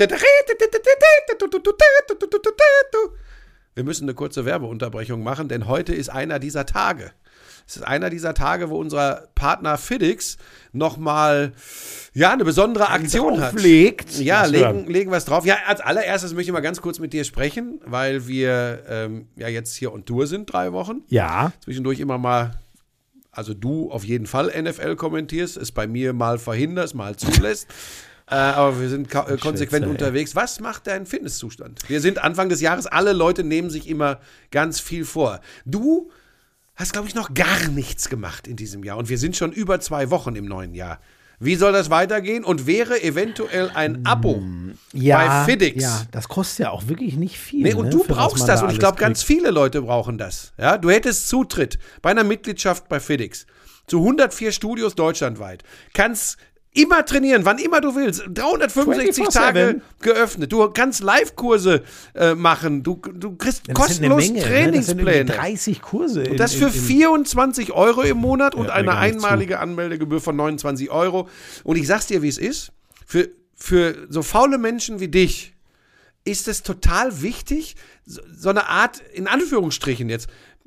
Speaker 2: Wir müssen eine kurze Werbeunterbrechung machen, denn heute ist einer dieser Tage. Es ist einer dieser Tage, wo unser Partner FedEx nochmal eine besondere Aktion hat. Ja, legen wir es drauf. Ja, als allererstes möchte ich mal ganz kurz mit dir sprechen, weil wir jetzt hier on Tour sind, 3 Wochen.
Speaker 1: Ja.
Speaker 2: Zwischendurch immer mal. Also du auf jeden Fall NFL kommentierst, es bei mir mal verhinderst, mal zulässt. Aber wir sind konsequent unterwegs. Was macht dein Fitnesszustand? Wir sind Anfang des Jahres, alle Leute nehmen sich immer ganz viel vor. Du hast, glaube ich, noch gar nichts gemacht in diesem Jahr. Und wir sind schon über 2 Wochen im neuen Jahr. Wie soll das weitergehen? Und wäre eventuell ein Abo bei FedEx?
Speaker 1: Ja, das kostet ja auch wirklich nicht viel.
Speaker 2: Nee, und du brauchst das. Und ich glaube, ganz viele Leute brauchen das. Ja, du hättest Zutritt bei einer Mitgliedschaft bei FedEx zu 104 Studios deutschlandweit. Kannst immer trainieren, wann immer du willst. 365 Tage geöffnet. Du kannst Live-Kurse machen. Du kriegst kostenlos Trainingspläne. Das sind
Speaker 1: 30 Kurse.
Speaker 2: Und das für 24 € im Monat und eine einmalige Anmeldegebühr von 29 €. Und ich sag's dir, wie es ist. Für so faule Menschen wie dich ist es total wichtig, so eine Art, in Anführungsstrichen jetzt,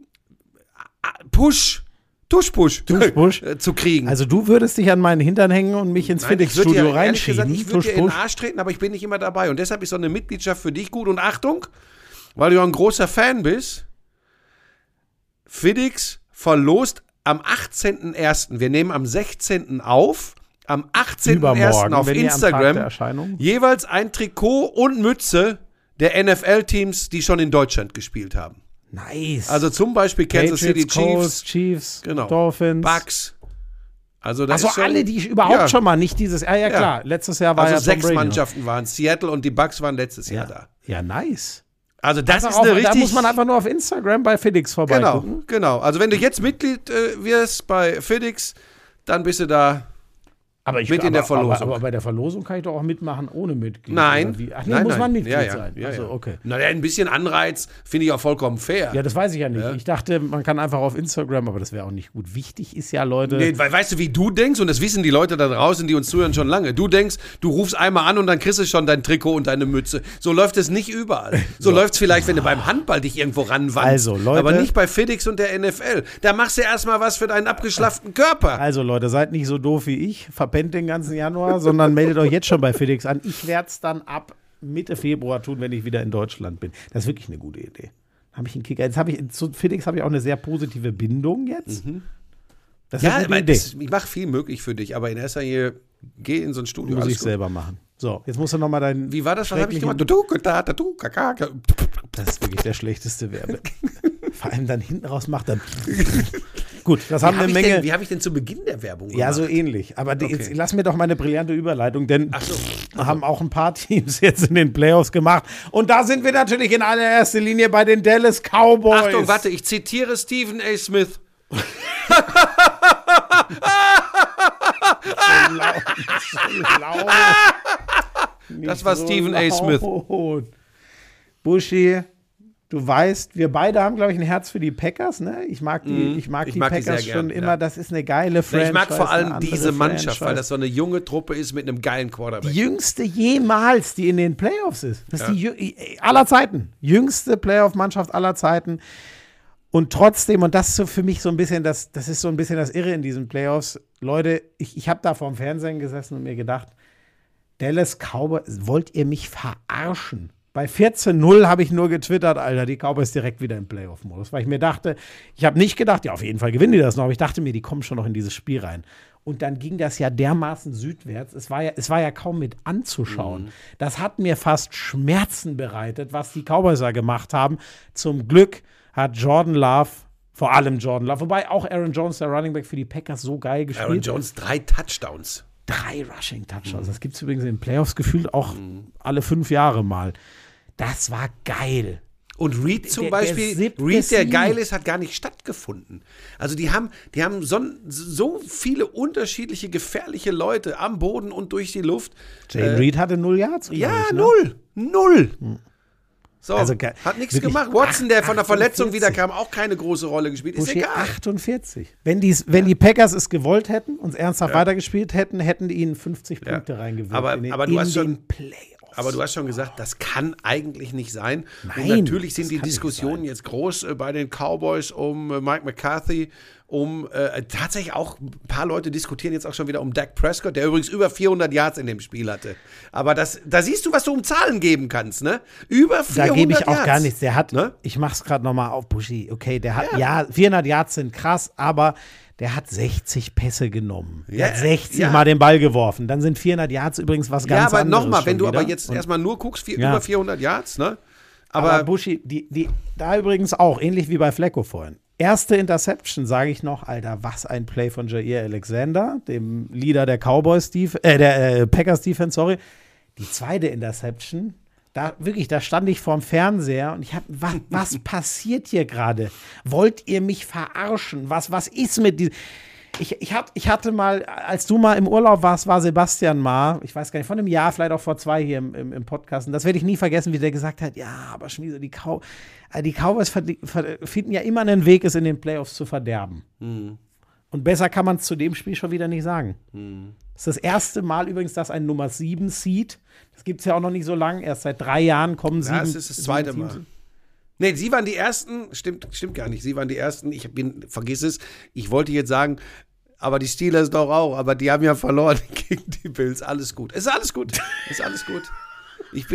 Speaker 2: Push zu kriegen.
Speaker 1: Also du würdest dich an meinen Hintern hängen und mich ins FedEx-Studio reinschieben.
Speaker 2: Ich würde dir in den Arsch treten, aber ich bin nicht immer dabei. Und deshalb ist so eine Mitgliedschaft für dich gut. Und Achtung, weil du ja ein großer Fan bist, FedEx verlost am 18.01., wir nehmen am 16. auf, am 18.01. auf Instagram jeweils ein Trikot und Mütze der NFL-Teams, die schon in Deutschland gespielt haben.
Speaker 1: Nice.
Speaker 2: Also zum Beispiel Kansas City
Speaker 1: Chiefs,
Speaker 2: genau.
Speaker 1: Dolphins,
Speaker 2: Bucks. Also
Speaker 1: alle, die überhaupt schon mal, nicht dieses, ja klar, letztes Jahr war
Speaker 2: also
Speaker 1: ja
Speaker 2: 6 Mannschaften waren Seattle und die Bucks waren letztes Jahr da.
Speaker 1: Ja, nice.
Speaker 2: Also das ist eine richtig...
Speaker 1: Da muss man einfach nur auf Instagram bei FedEx vorbeigucken.
Speaker 2: Genau. Also wenn du jetzt Mitglied wirst bei FedEx, dann bist du da... in der Verlosung.
Speaker 1: Aber bei der Verlosung kann ich doch auch mitmachen ohne Mitglied.
Speaker 2: Nein.
Speaker 1: Ach nee, muss man Mitglied sein. Also, okay.
Speaker 2: Naja, ein bisschen Anreiz finde ich auch vollkommen fair.
Speaker 1: Ja, das weiß ich ja nicht. Ja. Ich dachte, man kann einfach auf Instagram, aber das wäre auch nicht gut. Wichtig ist ja, Leute...
Speaker 2: Nee, weil weißt du, wie du denkst, und das wissen die Leute da draußen, die uns zuhören, schon lange. Du denkst, du rufst einmal an und dann kriegst du schon dein Trikot und deine Mütze. So läuft es nicht überall. So läuft es vielleicht, wenn du beim Handball dich irgendwo ranwandst.
Speaker 1: Also, Leute...
Speaker 2: Aber nicht bei FedEx und der NFL. Da machst du erstmal was für deinen abgeschlafften Körper.
Speaker 1: Also, Leute, seid nicht so doof wie ich. Verpennt den ganzen Januar, sondern meldet euch jetzt schon bei FedEx an. Ich werde es dann ab Mitte Februar tun, wenn ich wieder in Deutschland bin. Das ist wirklich eine gute Idee. Habe ich einen Kicker. Zu FedEx habe ich auch eine sehr positive Bindung jetzt.
Speaker 2: Mhm. Das ist eine gute Idee. Ich mache viel möglich für dich, aber in erster Linie geh in so ein Studio.
Speaker 1: Muss ich selber machen. So, jetzt musst du noch mal deinen...
Speaker 2: Wie war das? Was habe ich gemacht?
Speaker 1: Das ist wirklich der schlechteste Werbe. Vor allem dann hinten raus macht er... Gut, das haben eine Menge...
Speaker 2: Wie habe ich denn zu Beginn der Werbung gemacht?
Speaker 1: Ja, so ähnlich. Aber jetzt lass mir doch meine brillante Überleitung, denn haben auch ein paar Teams jetzt in den Playoffs gemacht. Und da sind wir natürlich in allererster Linie bei den Dallas Cowboys.
Speaker 2: Achtung, warte, ich zitiere Stephen A. Smith. Das war Stephen A. Smith.
Speaker 1: Buschi, Du weißt, wir beide haben, glaube ich, ein Herz für die Packers, ne? Ich mag die Packers schon immer. Ja. Das ist eine geile Franchise.
Speaker 2: Ich mag vor allem diese Mannschaft, weil das so eine junge Truppe ist mit einem geilen Quarterback.
Speaker 1: Die jüngste jemals, die in den Playoffs ist. Das ist die aller Zeiten. Jüngste Playoff-Mannschaft aller Zeiten. Und trotzdem, und das ist so für mich so ein bisschen, das ist so ein bisschen das Irre in diesen Playoffs. Leute, ich habe da vorm Fernsehen gesessen und mir gedacht, Dallas Cowboys, wollt ihr mich verarschen? Bei 14-0 habe ich nur getwittert, Alter, die Cowboys direkt wieder im Playoff-Modus, weil ich mir dachte, ich habe nicht gedacht, ja, auf jeden Fall gewinnen die das noch, aber ich dachte mir, die kommen schon noch in dieses Spiel rein. Und dann ging das ja dermaßen südwärts, es war ja kaum mit anzuschauen. Das hat mir fast Schmerzen bereitet, was die Cowboys da gemacht haben. Zum Glück hat Jordan Love, vor allem Jordan Love, wobei auch Aaron Jones, der Running Back für die Packers, so geil gespielt.
Speaker 2: Aaron Jones 3 Touchdowns.
Speaker 1: 3 Rushing-Touchdowns. Das gibt es übrigens in den Playoffs gefühlt auch alle 5 Jahre mal. Das war geil.
Speaker 2: Und Reed zum Beispiel, Reed, der geil ist, hat gar nicht stattgefunden. Also die haben so viele unterschiedliche, gefährliche Leute am Boden und durch die Luft.
Speaker 1: Jane Reed hatte 0 Yards.
Speaker 2: Ja, 0. So, also, hat nichts gemacht. Watson, der von der Verletzung wiederkam, auch keine große Rolle gespielt. Ist egal.
Speaker 1: 48. Wenn die Packers es gewollt hätten und ernsthaft weitergespielt hätten, hätten die ihnen 50 Punkte reingewirkt.
Speaker 2: Aber du hast schon Aber du hast schon gesagt, das kann eigentlich nicht sein.
Speaker 1: Nein,
Speaker 2: und natürlich sind die Diskussionen jetzt groß bei den Cowboys um Mike McCarthy, tatsächlich auch ein paar Leute diskutieren jetzt auch schon wieder um Dak Prescott, der übrigens über 400 Yards in dem Spiel hatte. Aber da siehst du, was du um Zahlen geben kannst, ne? Über 400 Yards.
Speaker 1: Da gebe ich auch gar nichts. Der hat, ne? Ich mach's gerade nochmal auf, Buschi. Okay, der hat, 400 Yards sind krass, aber der hat 60 Pässe genommen. Der hat 60 Mal den Ball geworfen. Dann sind 400 Yards übrigens was ganz anderes. Ja, aber nochmal,
Speaker 2: wenn du aber jetzt erstmal nur guckst, über 400 Yards, ne?
Speaker 1: Aber Buschi, da übrigens auch, ähnlich wie bei Flacco vorhin. Erste Interception, sage ich noch, Alter, was ein Play von Jair Alexander, dem Leader der Packers Defense, sorry. Die zweite Interception, da stand ich vorm Fernseher und ich habe, was passiert hier gerade? Wollt ihr mich verarschen? Was ist mit diesem? Ich hatte mal, als du mal im Urlaub warst, war Sebastian mal, ich weiß gar nicht, von einem Jahr, vielleicht auch vor 2 hier im Podcast. Und das werde ich nie vergessen, wie der gesagt hat, ja, aber Schmiese, die Cowboys finden ja immer einen Weg, es in den Playoffs zu verderben. Mhm. Und besser kann man es zu dem Spiel schon wieder nicht sagen. Mhm. Das ist das erste Mal übrigens, dass ein Nummer 7 Seed, das gibt es ja auch noch nicht so lange, erst seit 3 Jahren kommen 7.
Speaker 2: Das ist das zweite Mal. Nee, sie waren die Ersten, stimmt gar nicht, sie waren die Ersten, vergiss es, ich wollte jetzt sagen, aber die Steelers doch auch, aber die haben ja verloren gegen die Bills, alles gut. Ist alles gut. Ich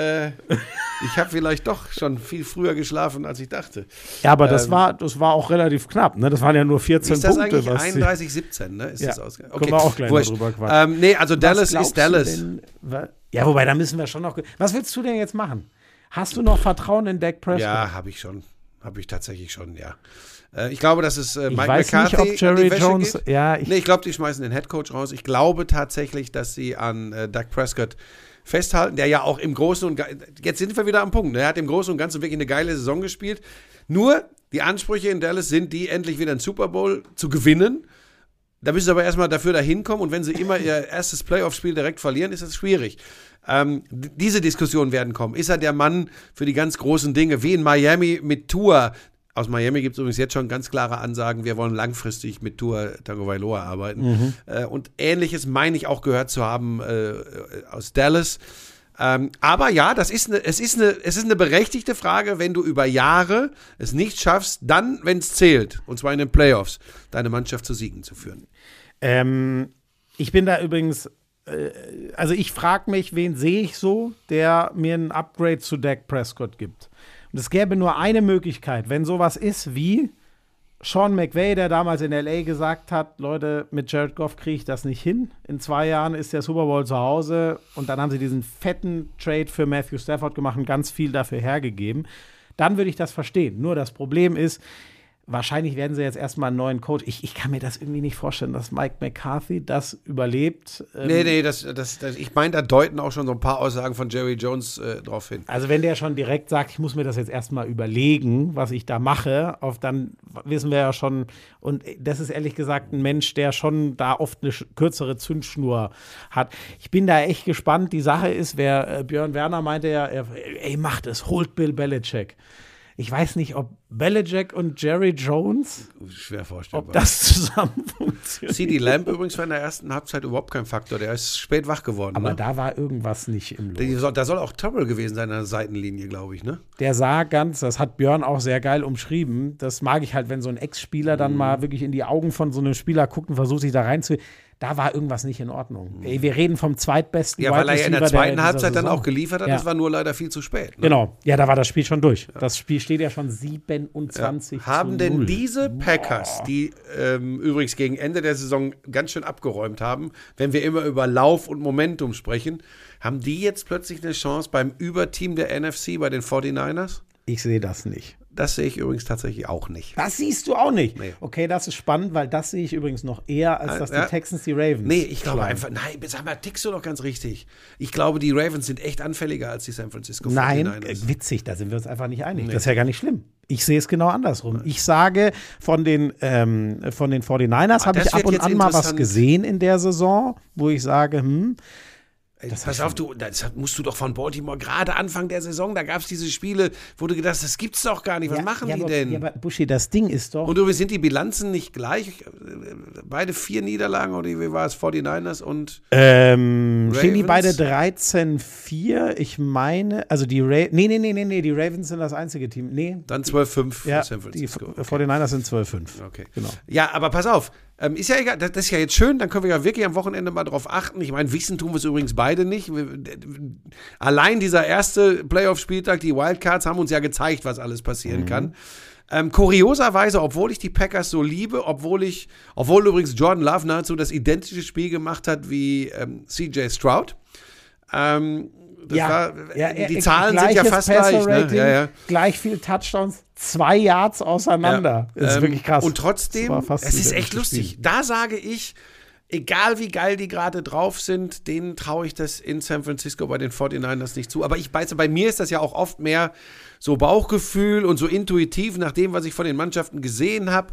Speaker 2: habe vielleicht doch schon viel früher geschlafen, als ich dachte.
Speaker 1: Ja, aber das war auch relativ knapp, ne? Das waren ja nur 14
Speaker 2: Punkte.
Speaker 1: Ist das
Speaker 2: eigentlich 31-17, ne? Ist das ausgegangen?
Speaker 1: Okay, können wir auch gleich mal drüber quatschen.
Speaker 2: Nee, also Dallas ist Dallas.
Speaker 1: Ja, wobei, da müssen wir schon noch. Was willst du denn jetzt machen? Hast du noch Vertrauen in Dak Prescott?
Speaker 2: Ja, habe ich schon. Habe ich tatsächlich schon, ja. Ich glaube, dass es Mike
Speaker 1: McCarthy
Speaker 2: nicht, ob
Speaker 1: Jerry Jones geht. Ja,
Speaker 2: ich glaube, die schmeißen den Headcoach raus. Ich glaube tatsächlich, dass sie an Dak Prescott festhalten, der ja auch im Großen und Ganzen, jetzt sind wir wieder am Punkt, er hat im Großen und Ganzen wirklich eine geile Saison gespielt. Nur, die Ansprüche in Dallas sind, die endlich wieder einen Super Bowl zu gewinnen. Da müssen sie aber erstmal dafür dahin kommen und wenn sie immer ihr erstes Playoff-Spiel direkt verlieren, ist das schwierig. Diese Diskussionen werden kommen. Ist er der Mann für die ganz großen Dinge, wie in Miami mit Tua? Aus Miami gibt es übrigens jetzt schon ganz klare Ansagen, wir wollen langfristig mit Tua Tagovailoa arbeiten. Und Ähnliches meine ich auch gehört zu haben aus Dallas. Aber ja, es ist eine berechtigte Frage, wenn du über Jahre es nicht schaffst, dann, wenn es zählt, und zwar in den Playoffs, deine Mannschaft zu Siegen zu führen.
Speaker 1: Ich bin da übrigens, also ich frage mich, wen sehe ich so, der mir ein Upgrade zu Dak Prescott gibt. Und es gäbe nur eine Möglichkeit, wenn sowas ist wie Sean McVay, der damals in L.A. gesagt hat, Leute, mit Jared Goff kriege ich das nicht hin. In 2 Jahren ist der Super Bowl zu Hause und dann haben sie diesen fetten Trade für Matthew Stafford gemacht und ganz viel dafür hergegeben. Dann würde ich das verstehen. Nur das Problem ist, wahrscheinlich werden sie jetzt erstmal einen neuen Coach. Ich kann mir das irgendwie nicht vorstellen, dass Mike McCarthy das überlebt.
Speaker 2: Nee, ich meine, da deuten auch schon so ein paar Aussagen von Jerry Jones drauf hin.
Speaker 1: Also wenn der schon direkt sagt, ich muss mir das jetzt erstmal überlegen, was ich da mache, dann wissen wir ja schon, und das ist ehrlich gesagt ein Mensch, der schon da oft eine kürzere Zündschnur hat. Ich bin da echt gespannt. Die Sache ist, Björn Werner meinte ja, ey, macht es, holt Bill Belichick. Ich weiß nicht, ob Belichick und Jerry Jones,
Speaker 2: schwer vorstellbar,
Speaker 1: ob das zusammen funktioniert.
Speaker 2: CeeDee Lamb übrigens war in der ersten Halbzeit überhaupt kein Faktor. Der ist spät wach geworden.
Speaker 1: Aber
Speaker 2: ne?
Speaker 1: da war irgendwas nicht im Lot.
Speaker 2: Da soll auch Terrell gewesen sein an der Seitenlinie, glaube ich, ne?
Speaker 1: Der sah das hat Björn auch sehr geil umschrieben. Das mag ich halt, wenn so ein Ex-Spieler dann mal wirklich in die Augen von so einem Spieler guckt und versucht, sich da reinzu. Da war irgendwas nicht in Ordnung. Ey, wir reden vom zweitbesten
Speaker 2: Ja, weil er ja in der zweiten Halbzeit dann
Speaker 1: Saison
Speaker 2: auch geliefert hat.
Speaker 1: Ja.
Speaker 2: Das war nur leider viel zu spät. Ne?
Speaker 1: Genau. Ja, da war das Spiel schon durch. Ja. Das Spiel steht ja schon 27
Speaker 2: Haben
Speaker 1: zu
Speaker 2: denn
Speaker 1: 0.
Speaker 2: diese Packers, die übrigens gegen Ende der Saison ganz schön abgeräumt haben, wenn wir immer über Lauf und Momentum sprechen, haben die jetzt plötzlich eine Chance beim Überteam der NFC bei den 49ers?
Speaker 1: Ich sehe das nicht.
Speaker 2: Das sehe ich übrigens tatsächlich auch nicht.
Speaker 1: Das siehst du auch nicht.
Speaker 2: Nee.
Speaker 1: Okay, das ist spannend, weil das sehe ich übrigens noch eher, als dass die Texans die Ravens.
Speaker 2: Nee, ich glaube
Speaker 1: schlagen.
Speaker 2: einfach, nein, sag mal, tickst du doch ganz richtig. Ich glaube, die Ravens sind echt anfälliger als die San Francisco 49ers.
Speaker 1: Nein, witzig, da sind wir uns einfach nicht einig. Nee. Das ist ja gar nicht schlimm. Ich sehe es genau andersrum. Nein. Ich sage, von den 49ers habe ich ab und an mal was gesehen in der Saison, wo ich sage,
Speaker 2: Pass auf, das musst du doch von Baltimore, gerade Anfang der Saison, da gab es diese Spiele, wo du gedacht hast, das gibt's doch gar nicht, was machen die denn?
Speaker 1: Ja, aber Buschi, das Ding ist doch…
Speaker 2: Und übrigens sind die Bilanzen nicht gleich, beide 4 Niederlagen, oder wie war es, 49ers und
Speaker 1: stehen die beide 13-4? Ich meine, also die Nee, die Ravens sind das einzige Team. Nee.
Speaker 2: Dann 12-5
Speaker 1: ja,
Speaker 2: San Francisco.
Speaker 1: Die 49ers sind 12-5.
Speaker 2: Okay.
Speaker 1: Genau.
Speaker 2: Ja, aber pass auf, ist ja egal, das ist ja jetzt schön, dann können wir ja wirklich am Wochenende mal drauf achten. Ich meine, wissen tun wir es übrigens beide nicht. Allein dieser erste Playoff-Spieltag, die Wildcards, haben uns ja gezeigt, was alles passieren kann. Kurioserweise, obwohl ich die Packers so liebe, obwohl übrigens Jordan Love nahezu das identische Spiel gemacht hat wie CJ Stroud, die Zahlen sind ja fast gleich. Ne? Ja.
Speaker 1: Gleich viel Touchdowns, 2 Yards auseinander.
Speaker 2: Ja.
Speaker 1: Das ist wirklich krass.
Speaker 2: Und trotzdem, es ist echt lustig. Da sage ich, egal wie geil die gerade drauf sind, denen traue ich das in San Francisco bei den 49ers nicht zu. Aber bei mir ist das ja auch oft mehr so Bauchgefühl und so intuitiv nach dem, was ich von den Mannschaften gesehen habe.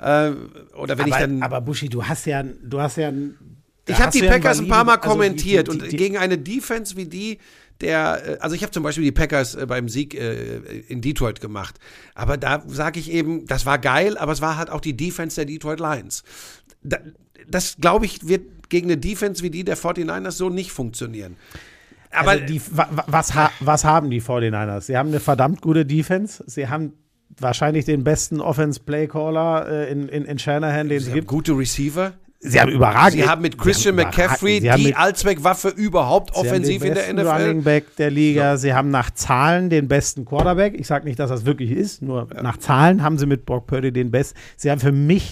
Speaker 1: Aber Buschi, du hast ja
Speaker 2: ich habe die Packers ein paar Mal kommentiert und gegen eine Defense wie die, also ich habe zum Beispiel die Packers beim Sieg in Detroit gemacht, aber da sage ich eben, das war geil, aber es war halt auch die Defense der Detroit Lions. Das, glaube ich, wird gegen eine Defense wie die der 49ers so nicht funktionieren. Aber
Speaker 1: also was haben die 49ers? Sie haben eine verdammt gute Defense, sie haben wahrscheinlich den besten Offense-Play-Caller in Shanahan, den sie gibt.
Speaker 2: Gute Receiver.
Speaker 1: Sie haben überragend.
Speaker 2: Sie haben mit Christian McCaffrey die Allzweckwaffe überhaupt offensiv in der NFL.
Speaker 1: Running Back der Liga. So. Sie haben nach Zahlen den besten Quarterback. Ich sage nicht, dass das wirklich ist, nur nach Zahlen haben sie mit Brock Purdy den besten. Sie haben für mich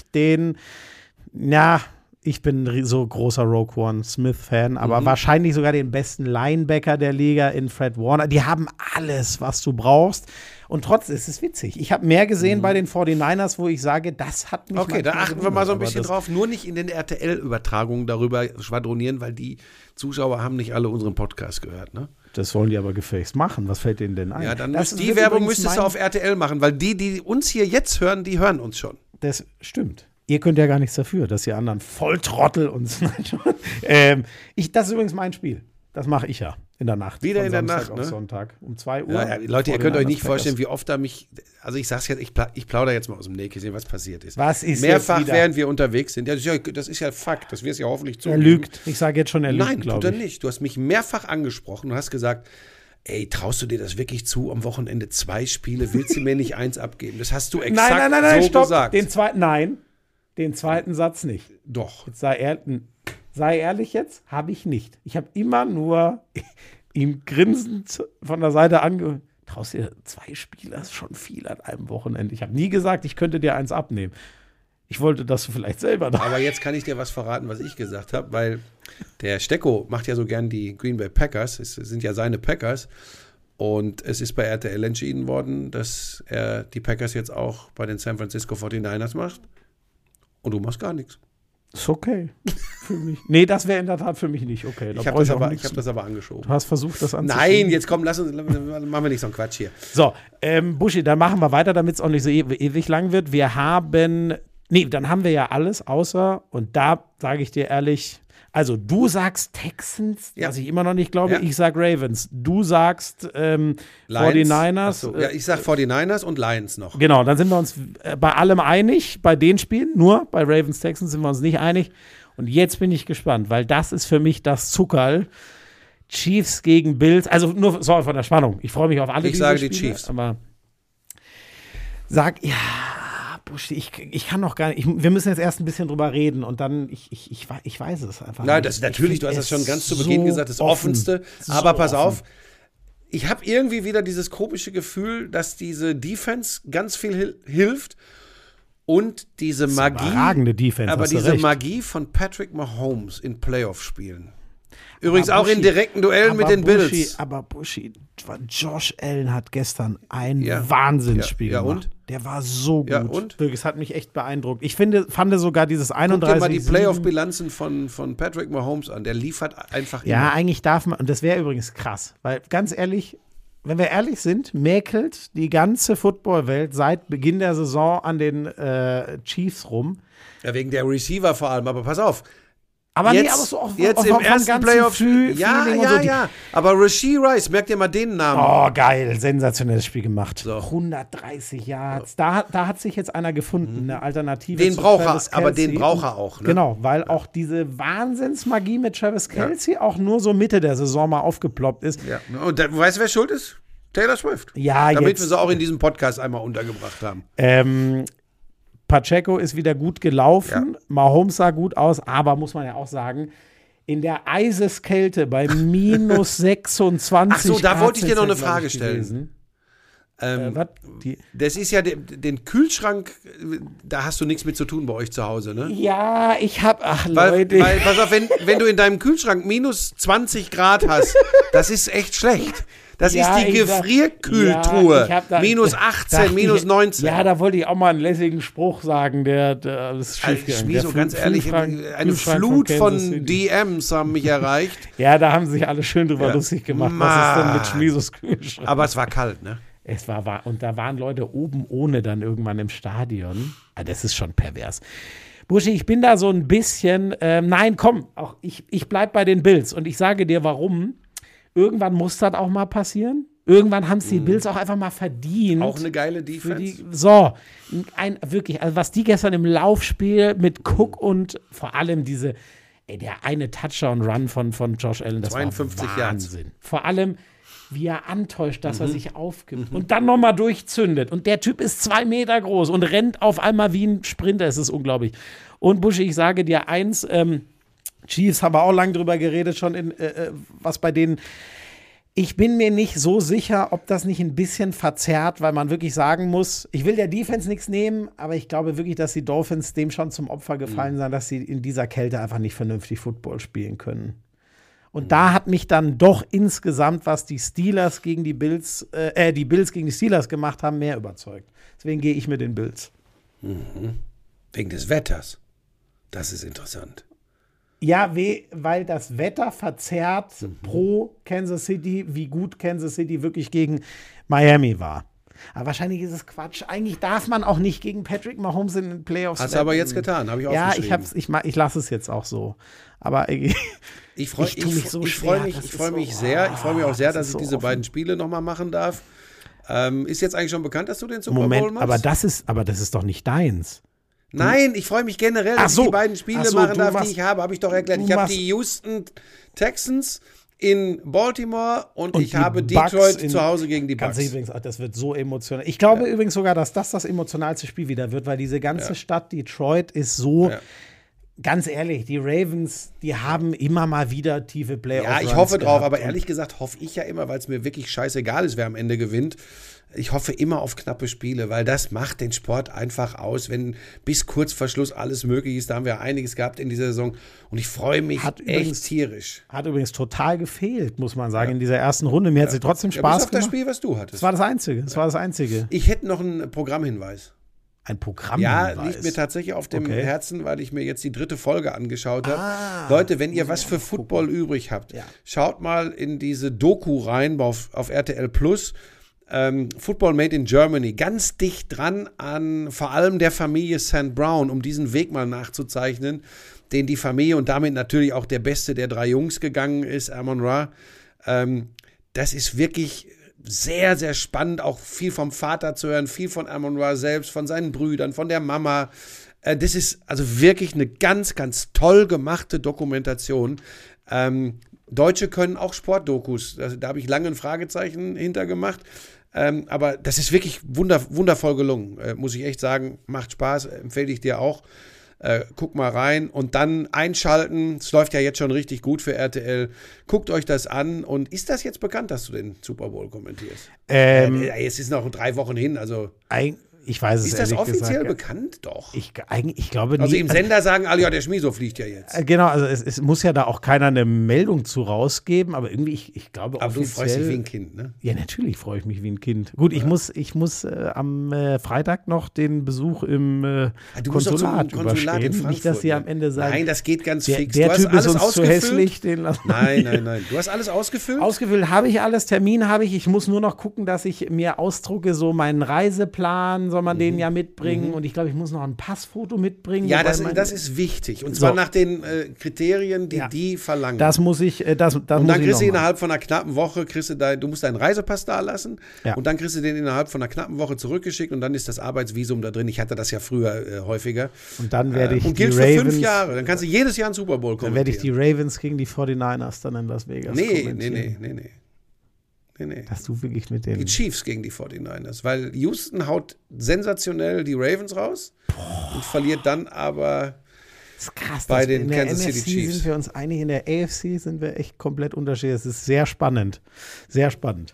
Speaker 1: ich bin so großer Roquan Smith-Fan, aber wahrscheinlich sogar den besten Linebacker der Liga in Fred Warner. Die haben alles, was du brauchst. Und trotzdem ist es witzig. Ich habe mehr gesehen bei den 49ers, wo ich sage, das hat mich
Speaker 2: Okay, da achten wir mal so ein bisschen drauf. Nur nicht in den RTL-Übertragungen darüber schwadronieren, weil die Zuschauer haben nicht alle unseren Podcast gehört, ne?
Speaker 1: Das wollen die aber gefälligst machen. Was fällt denen denn ein?
Speaker 2: Ja, dann die Werbung müsstest du auf RTL machen, weil die uns hier jetzt hören, die hören uns schon.
Speaker 1: Das stimmt. Ihr könnt ja gar nichts dafür, dass ihr anderen Volltrottel uns. Das ist übrigens mein Spiel. Das mache ich ja in der Nacht.
Speaker 2: Wieder in der
Speaker 1: Samstag
Speaker 2: Nacht,
Speaker 1: auf
Speaker 2: ne?
Speaker 1: Sonntag um 2 Uhr.
Speaker 2: Ja, Leute, ihr könnt euch nicht vorstellen, wie oft also ich sag's jetzt, ich plaudere jetzt mal aus dem Nähkästchen, was passiert ist.
Speaker 1: Was ist
Speaker 2: mehrfach, während wir unterwegs sind. Das ist ja Fakt, das wirst du ja hoffentlich zugeben.
Speaker 1: Er lügt. Ich sage jetzt schon, er lügt,
Speaker 2: Nein, tut er nicht. Du hast mich mehrfach angesprochen und hast gesagt, ey, traust du dir das wirklich zu, am Wochenende 2 Spiele, willst du mir nicht 1 abgeben? Das hast du exakt
Speaker 1: nein,
Speaker 2: so
Speaker 1: stopp.
Speaker 2: gesagt.
Speaker 1: Den zweiten Satz nicht.
Speaker 2: Doch.
Speaker 1: Jetzt sei ehrlich jetzt, habe ich nicht. Ich habe immer nur ihm grinsend von der Seite angehört. Traust dir 2 Spiele, das ist schon viel an einem Wochenende. Ich habe nie gesagt, ich könnte dir 1 abnehmen. Ich wollte, dass du vielleicht selber da.
Speaker 2: Aber jetzt kann ich dir was verraten, was ich gesagt habe, weil der Stecko macht ja so gern die Green Bay Packers. Es sind ja seine Packers. Und es ist bei RTL entschieden worden, dass er die Packers jetzt auch bei den San Francisco 49ers macht. Und du machst gar nichts.
Speaker 1: Ist okay. Für mich. Nee, das wäre in der Tat für mich nicht okay.
Speaker 2: Ich habe das aber angeschoben.
Speaker 1: Du hast versucht, das anzuschieben.
Speaker 2: Nein, jetzt komm, machen wir nicht so einen Quatsch hier.
Speaker 1: So, Buschi, dann machen wir weiter, damit es auch nicht so ewig lang wird. Dann haben wir ja alles, außer, und da sage ich dir ehrlich, Also du sagst Texans, was ich immer noch nicht glaube, ich sag Ravens. Du sagst 49ers.
Speaker 2: So, ja, ich sag 49ers und Lions noch.
Speaker 1: Genau, dann sind wir uns bei allem einig, bei den Spielen, nur bei Ravens Texans sind wir uns nicht einig. Und jetzt bin ich gespannt, weil das ist für mich das Zuckerl. Chiefs gegen Bills, also nur von der Spannung. Ich freue mich auf alle
Speaker 2: Ich sage
Speaker 1: Spiele,
Speaker 2: die Chiefs.
Speaker 1: Aber Buschi, ich kann noch gar nicht, wir müssen jetzt erst ein bisschen drüber reden und dann, ich weiß es einfach
Speaker 2: Nein,
Speaker 1: nicht.
Speaker 2: natürlich, du hast das schon ganz zu Beginn gesagt, das Offenste. Aber pass auf, ich habe irgendwie wieder dieses komische Gefühl, dass diese Defense ganz viel hilft und diese Magie,
Speaker 1: überragende Defense,
Speaker 2: aber diese Magie von Patrick Mahomes in Playoff-Spielen. Übrigens auch in direkten Duellen mit den Bills.
Speaker 1: Aber Buschi, Josh Allen hat gestern ein Wahnsinnsspiel gemacht. Und? Der war so gut.
Speaker 2: Ja, und?
Speaker 1: Wirklich, es hat mich echt beeindruckt. Ich fand sogar dieses 31.
Speaker 2: Guck dir mal die Playoff-Bilanzen von Patrick Mahomes an. Der liefert einfach immer.
Speaker 1: Ja, eigentlich darf man, und das wäre übrigens krass, weil ganz ehrlich, wenn wir ehrlich sind, mäkelt die ganze Footballwelt seit Beginn der Saison an den Chiefs rum.
Speaker 2: Ja, wegen der Receiver vor allem, aber pass auf.
Speaker 1: Aber
Speaker 2: jetzt,
Speaker 1: nee, aber so auch
Speaker 2: jetzt im ersten Playoff-Spiel. Ja. Aber Rashee Rice, merkt ihr mal den Namen.
Speaker 1: Oh, geil. Sensationelles Spiel gemacht.
Speaker 2: So.
Speaker 1: 130 Yards. Da hat sich jetzt einer gefunden, eine Alternative.
Speaker 2: Den braucht er, aber den braucht er auch. Ne?
Speaker 1: Genau, weil auch diese Wahnsinnsmagie mit Travis Kelce auch nur so Mitte der Saison mal aufgeploppt ist.
Speaker 2: Ja. Und weißt du, wer schuld ist? Taylor Swift.
Speaker 1: Ja,
Speaker 2: damit wir sie auch in diesem Podcast einmal untergebracht haben.
Speaker 1: Pacheco ist wieder gut gelaufen, Mahomes sah gut aus, aber muss man ja auch sagen, in der Eiseskälte bei minus 26
Speaker 2: Ach so, da
Speaker 1: Grad
Speaker 2: wollte ich dir noch eine Frage stellen. Das ist ja den Kühlschrank, da hast du nichts mit zu tun bei euch zu Hause, ne?
Speaker 1: Ja,
Speaker 2: Leute. Weil, pass auf, wenn du in deinem Kühlschrank minus 20 Grad hast, das ist echt schlecht. Das ist die Gefrierkühltruhe. Minus 18, minus 19.
Speaker 1: Ja, da wollte ich auch mal einen lässigen Spruch sagen, das ist schief gegangen.
Speaker 2: So ganz ehrlich, eine Flut von DMs haben mich erreicht.
Speaker 1: Ja, da haben sich alle schön drüber lustig gemacht. Was ist denn mit Schmiesos Kühlschrank?
Speaker 2: Aber es war kalt, ne?
Speaker 1: Es war und da waren Leute oben ohne dann irgendwann im Stadion. Das ist schon pervers. Buschi, ich bin da so ein bisschen, nein, komm, auch ich bleib bei den Bills und ich sage dir, warum. Irgendwann muss das auch mal passieren. Irgendwann haben es die Bills auch einfach mal verdient.
Speaker 2: Auch eine geile Defense.
Speaker 1: Wirklich, also was die gestern im Laufspiel mit Cook und vor allem der eine Touchdown-Run von Josh Allen, das 52 war Wahnsinn. Yards. Vor allem, wie er antäuscht, dass er sich aufgibt und dann nochmal durchzündet. Und der Typ ist 2 Meter groß und rennt auf einmal wie ein Sprinter. Es ist unglaublich. Und Buschi, ich sage dir eins, Chiefs haben wir auch lange drüber geredet, schon was bei denen. Ich bin mir nicht so sicher, ob das nicht ein bisschen verzerrt, weil man wirklich sagen muss, ich will der Defense nichts nehmen, aber ich glaube wirklich, dass die Dolphins dem schon zum Opfer gefallen sind, dass sie in dieser Kälte einfach nicht vernünftig Football spielen können. Und da hat mich dann doch insgesamt, was die Steelers gegen die Bills gegen die Steelers gemacht haben, mehr überzeugt. Deswegen gehe ich mit den Bills.
Speaker 2: Wegen des Wetters. Das ist interessant.
Speaker 1: Ja, weil das Wetter verzerrt pro Kansas City, wie gut Kansas City wirklich gegen Miami war. Aber wahrscheinlich ist es Quatsch. Eigentlich darf man auch nicht gegen Patrick Mahomes in den Playoffs.
Speaker 2: Hast du aber jetzt getan, habe ich aufgeschrieben.
Speaker 1: Ja, ich lasse es jetzt auch so. Aber ich freue mich auch sehr, dass ich diese beiden Spiele nochmal machen darf. Ist jetzt eigentlich schon bekannt, dass du den Super Bowl machst? Aber das ist doch nicht deins.
Speaker 2: Nein, ich freue mich generell, dass ich die beiden Spiele machen darf, die ich habe ich doch erklärt. Ich habe die Houston Texans in Baltimore und ich habe Detroit zu Hause gegen die Bucks.
Speaker 1: Das wird so emotional. Ich glaube übrigens sogar, dass das emotionalste Spiel wieder wird, weil diese ganze Stadt Detroit ist so, ganz ehrlich, die Ravens, die haben immer mal wieder tiefe Playoffs.
Speaker 2: Ja, ich hoffe drauf, aber ehrlich gesagt hoffe ich ja immer, weil es mir wirklich scheißegal ist, wer am Ende gewinnt. Ich hoffe immer auf knappe Spiele, weil das macht den Sport einfach aus, wenn bis kurz vor Schluss alles möglich ist. Da haben wir einiges gehabt in dieser Saison und ich freue mich echt tierisch.
Speaker 1: Hat übrigens total gefehlt, muss man sagen, in dieser ersten Runde. Mir hat sie trotzdem Spaß gemacht.
Speaker 2: Das Spiel, was du hattest.
Speaker 1: Das war das Einzige.
Speaker 2: Ich hätte noch einen Programmhinweis.
Speaker 1: Ein Programmhinweis?
Speaker 2: Ja, liegt mir tatsächlich auf dem Herzen, weil ich mir jetzt die 3. Folge angeschaut habe. Leute, wenn ihr was für Football übrig habt, schaut mal in diese Doku rein auf RTL Plus. Football Made in Germany, ganz dicht dran an vor allem der Familie St. Brown, um diesen Weg mal nachzuzeichnen. den die Familie und damit natürlich auch der Beste der 3 Jungs gegangen ist, Amon-Ra. Das ist wirklich sehr, sehr spannend, auch viel vom Vater zu hören, viel von Amon-Ra selbst, von seinen Brüdern, von der Mama. Das ist also wirklich eine ganz, ganz toll gemachte Dokumentation. Deutsche können auch Sportdokus. Da habe ich lange ein Fragezeichen hintergemacht. Aber das ist wirklich wundervoll gelungen, muss ich echt sagen. Macht Spaß, empfehle ich dir auch. Guck mal rein und dann einschalten. Es läuft ja jetzt schon richtig gut für RTL. Guckt euch das an. Und ist das jetzt bekannt, dass du den Super Bowl kommentierst? Es ist noch 3 Wochen hin, also.
Speaker 1: Ich weiß es
Speaker 2: Ist das offiziell
Speaker 1: gesagt,
Speaker 2: bekannt? Doch.
Speaker 1: Ich glaube nicht.
Speaker 2: Also im Sender sagen alle, ja, der Schmieso fliegt ja jetzt.
Speaker 1: Genau, also es muss ja da auch keiner eine Meldung zu rausgeben, aber irgendwie, ich glaube
Speaker 2: aber
Speaker 1: offiziell.
Speaker 2: Du freust dich wie ein Kind, ne?
Speaker 1: Ja, natürlich freue ich mich wie ein Kind. Gut, ich muss am Freitag noch den Besuch im Konsulat
Speaker 2: Konsulat in Frankfurt.
Speaker 1: Nicht, dass sie am Ende sagen,
Speaker 2: nein, das geht ganz fix.
Speaker 1: Der
Speaker 2: du hast
Speaker 1: Typ
Speaker 2: alles
Speaker 1: ist uns
Speaker 2: ausgefüllt?
Speaker 1: zu hässlich. Den lassen
Speaker 2: Nein. Du hast alles ausgefüllt?
Speaker 1: Ausgefüllt habe ich alles, Termin habe ich. Ich muss nur noch gucken, dass ich mir ausdrucke, so meinen Reiseplan, soll man den ja mitbringen. Und ich glaube, ich muss noch ein Passfoto mitbringen.
Speaker 2: Ja, das ist wichtig. Und zwar nach den Kriterien, die verlangen.
Speaker 1: Das muss ich. Und
Speaker 2: dann kriegst du innerhalb von einer knappen Woche, du musst deinen Reisepass da lassen.
Speaker 1: Ja.
Speaker 2: Und dann kriegst du den innerhalb von einer knappen Woche zurückgeschickt und dann ist das Arbeitsvisum da drin. Ich hatte das ja früher häufiger.
Speaker 1: Und dann werde ich
Speaker 2: und gilt
Speaker 1: die
Speaker 2: für
Speaker 1: Ravens,
Speaker 2: 5 Jahre. Dann kannst du jedes Jahr einen Super Bowl kommentieren.
Speaker 1: Dann werde ich die Ravens gegen die 49ers dann in Las Vegas kommentieren.
Speaker 2: Nee.
Speaker 1: Dass du wirklich mit den.
Speaker 2: Die Chiefs gegen die 49ers, weil Houston haut sensationell die Ravens raus und verliert dann aber
Speaker 1: das ist krass,
Speaker 2: bei den
Speaker 1: in der
Speaker 2: Kansas City
Speaker 1: NFC
Speaker 2: Chiefs.
Speaker 1: sind wir uns einig, in der AFC sind wir echt komplett unterschiedlich. Es ist sehr spannend. Sehr spannend.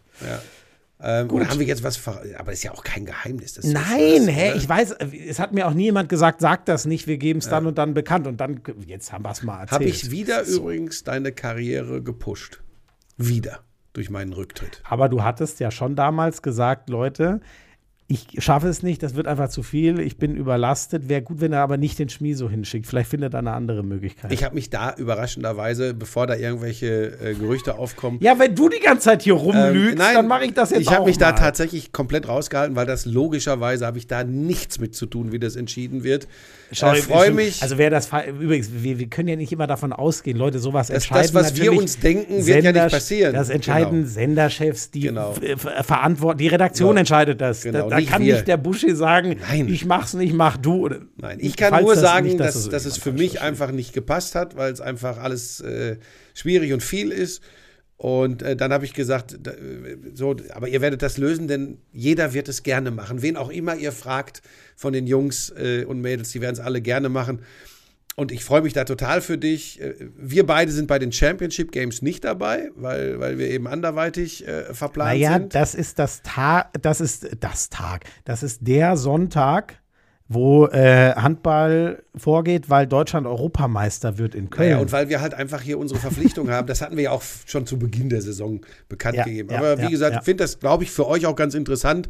Speaker 2: Ja. Oder haben wir jetzt was aber ist ja auch kein Geheimnis. Das
Speaker 1: Nein, ich weiß, es hat mir auch nie jemand gesagt, sag das nicht, wir geben es dann und dann bekannt. Und dann, jetzt haben wir es mal erzählt.
Speaker 2: Habe ich wieder übrigens deine Karriere gepusht. Wieder. Durch meinen Rücktritt.
Speaker 1: Aber du hattest ja schon damals gesagt, Leute, ich schaffe es nicht, das wird einfach zu viel, ich bin überlastet. Wäre gut, wenn er aber nicht den Schmieso hinschickt. Vielleicht findet er eine andere Möglichkeit.
Speaker 2: Ich habe mich da überraschenderweise, bevor da irgendwelche Gerüchte aufkommen.
Speaker 1: Ja, wenn du die ganze Zeit hier rumlügst, dann mache ich das jetzt auch.
Speaker 2: Ich habe mich da tatsächlich komplett rausgehalten, weil das logischerweise habe ich da nichts mit zu tun, wie das entschieden wird. Ich freue mich.
Speaker 1: Also übrigens, wir können ja nicht immer davon ausgehen, Leute, sowas entscheiden.
Speaker 2: Das, was wir uns denken, wird ja nicht passieren.
Speaker 1: Das entscheiden Senderchefs, die verantworten, die Redaktion entscheidet das. Da kann nicht der Buschi sagen, ich mach's nicht, mach du.
Speaker 2: Nein, ich kann nur sagen, dass es für mich einfach nicht gepasst hat, weil es einfach alles schwierig und viel ist. Und dann habe ich gesagt, aber ihr werdet das lösen, denn jeder wird es gerne machen. Wen auch immer ihr fragt von den Jungs und Mädels, die werden es alle gerne machen. Und ich freue mich da total für dich. Wir beide sind bei den Championship Games nicht dabei, weil wir eben anderweitig verplant sind.
Speaker 1: Das ist Das ist der Sonntag, wo Handball vorgeht, weil Deutschland Europameister wird in Köln.
Speaker 2: Ja, und weil wir halt einfach hier unsere Verpflichtung haben. Das hatten wir ja auch schon zu Beginn der Saison bekannt gegeben. Aber wie gesagt, ich finde das, glaube ich, für euch auch ganz interessant.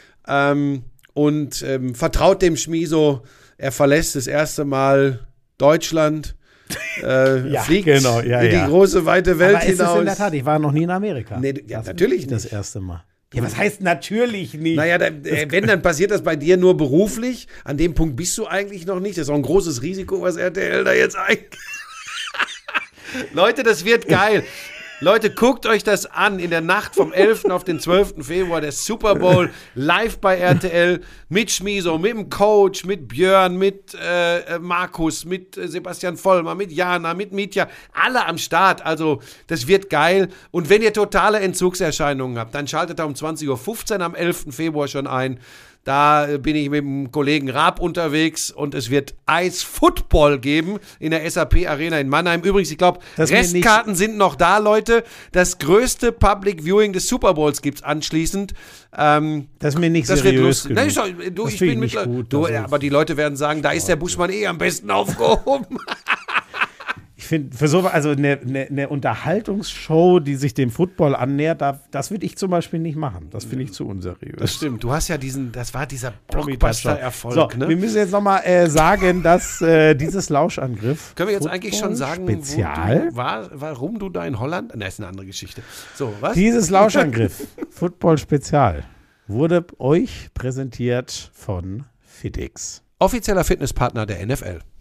Speaker 2: Vertraut dem Schmieso. Er verlässt das erste Mal Deutschland. Fliegt in die große, weite Welt hinaus.
Speaker 1: Aber ist es in der Tat, ich war noch nie in Amerika.
Speaker 2: Nee, natürlich nicht.
Speaker 1: Das erste Mal. Ja, was heißt natürlich nicht?
Speaker 2: Naja, wenn, dann passiert das bei dir nur beruflich. An dem Punkt bist du eigentlich noch nicht. Das ist auch ein großes Risiko, was RTL da jetzt eingeht. Leute, das wird geil. Leute, guckt euch das an. In der Nacht vom 11. auf den 12. Februar, der Super Bowl, live bei RTL, mit Schmieso, mit dem Coach, mit Björn, mit Markus, mit Sebastian Vollmer, mit Jana, mit Mitja, alle am Start. Also, das wird geil. Und wenn ihr totale Entzugserscheinungen habt, dann schaltet da um 20.15 Uhr am 11. Februar schon ein. Da bin ich mit dem Kollegen Raab unterwegs und es wird Eis-Football geben in der SAP Arena in Mannheim. Übrigens, ich glaube, Restkarten sind noch da, Leute. Das größte Public Viewing des Super Bowls gibt es anschließend.
Speaker 1: Das ist mir nicht seriös genug.
Speaker 2: Ich bin nicht gut. Aber die Leute werden sagen, da ist der Buschmann am besten aufgehoben.
Speaker 1: Ich finde, für so eine Unterhaltungsshow, die sich dem Football annähert, das würde ich zum Beispiel nicht machen. Das finde ich zu unseriös.
Speaker 2: Das stimmt. Du hast ja das war dieser Blockbuster-Erfolg.
Speaker 1: So, ne? Wir müssen jetzt nochmal sagen, dass dieses Lauschangriff.
Speaker 2: Können wir jetzt eigentlich schon sagen, warum du da in Holland? Nein, ist eine andere Geschichte. So, was?
Speaker 1: Dieses Lauschangriff, Football Spezial, wurde euch präsentiert von FitX.
Speaker 2: Offizieller Fitnesspartner der NFL.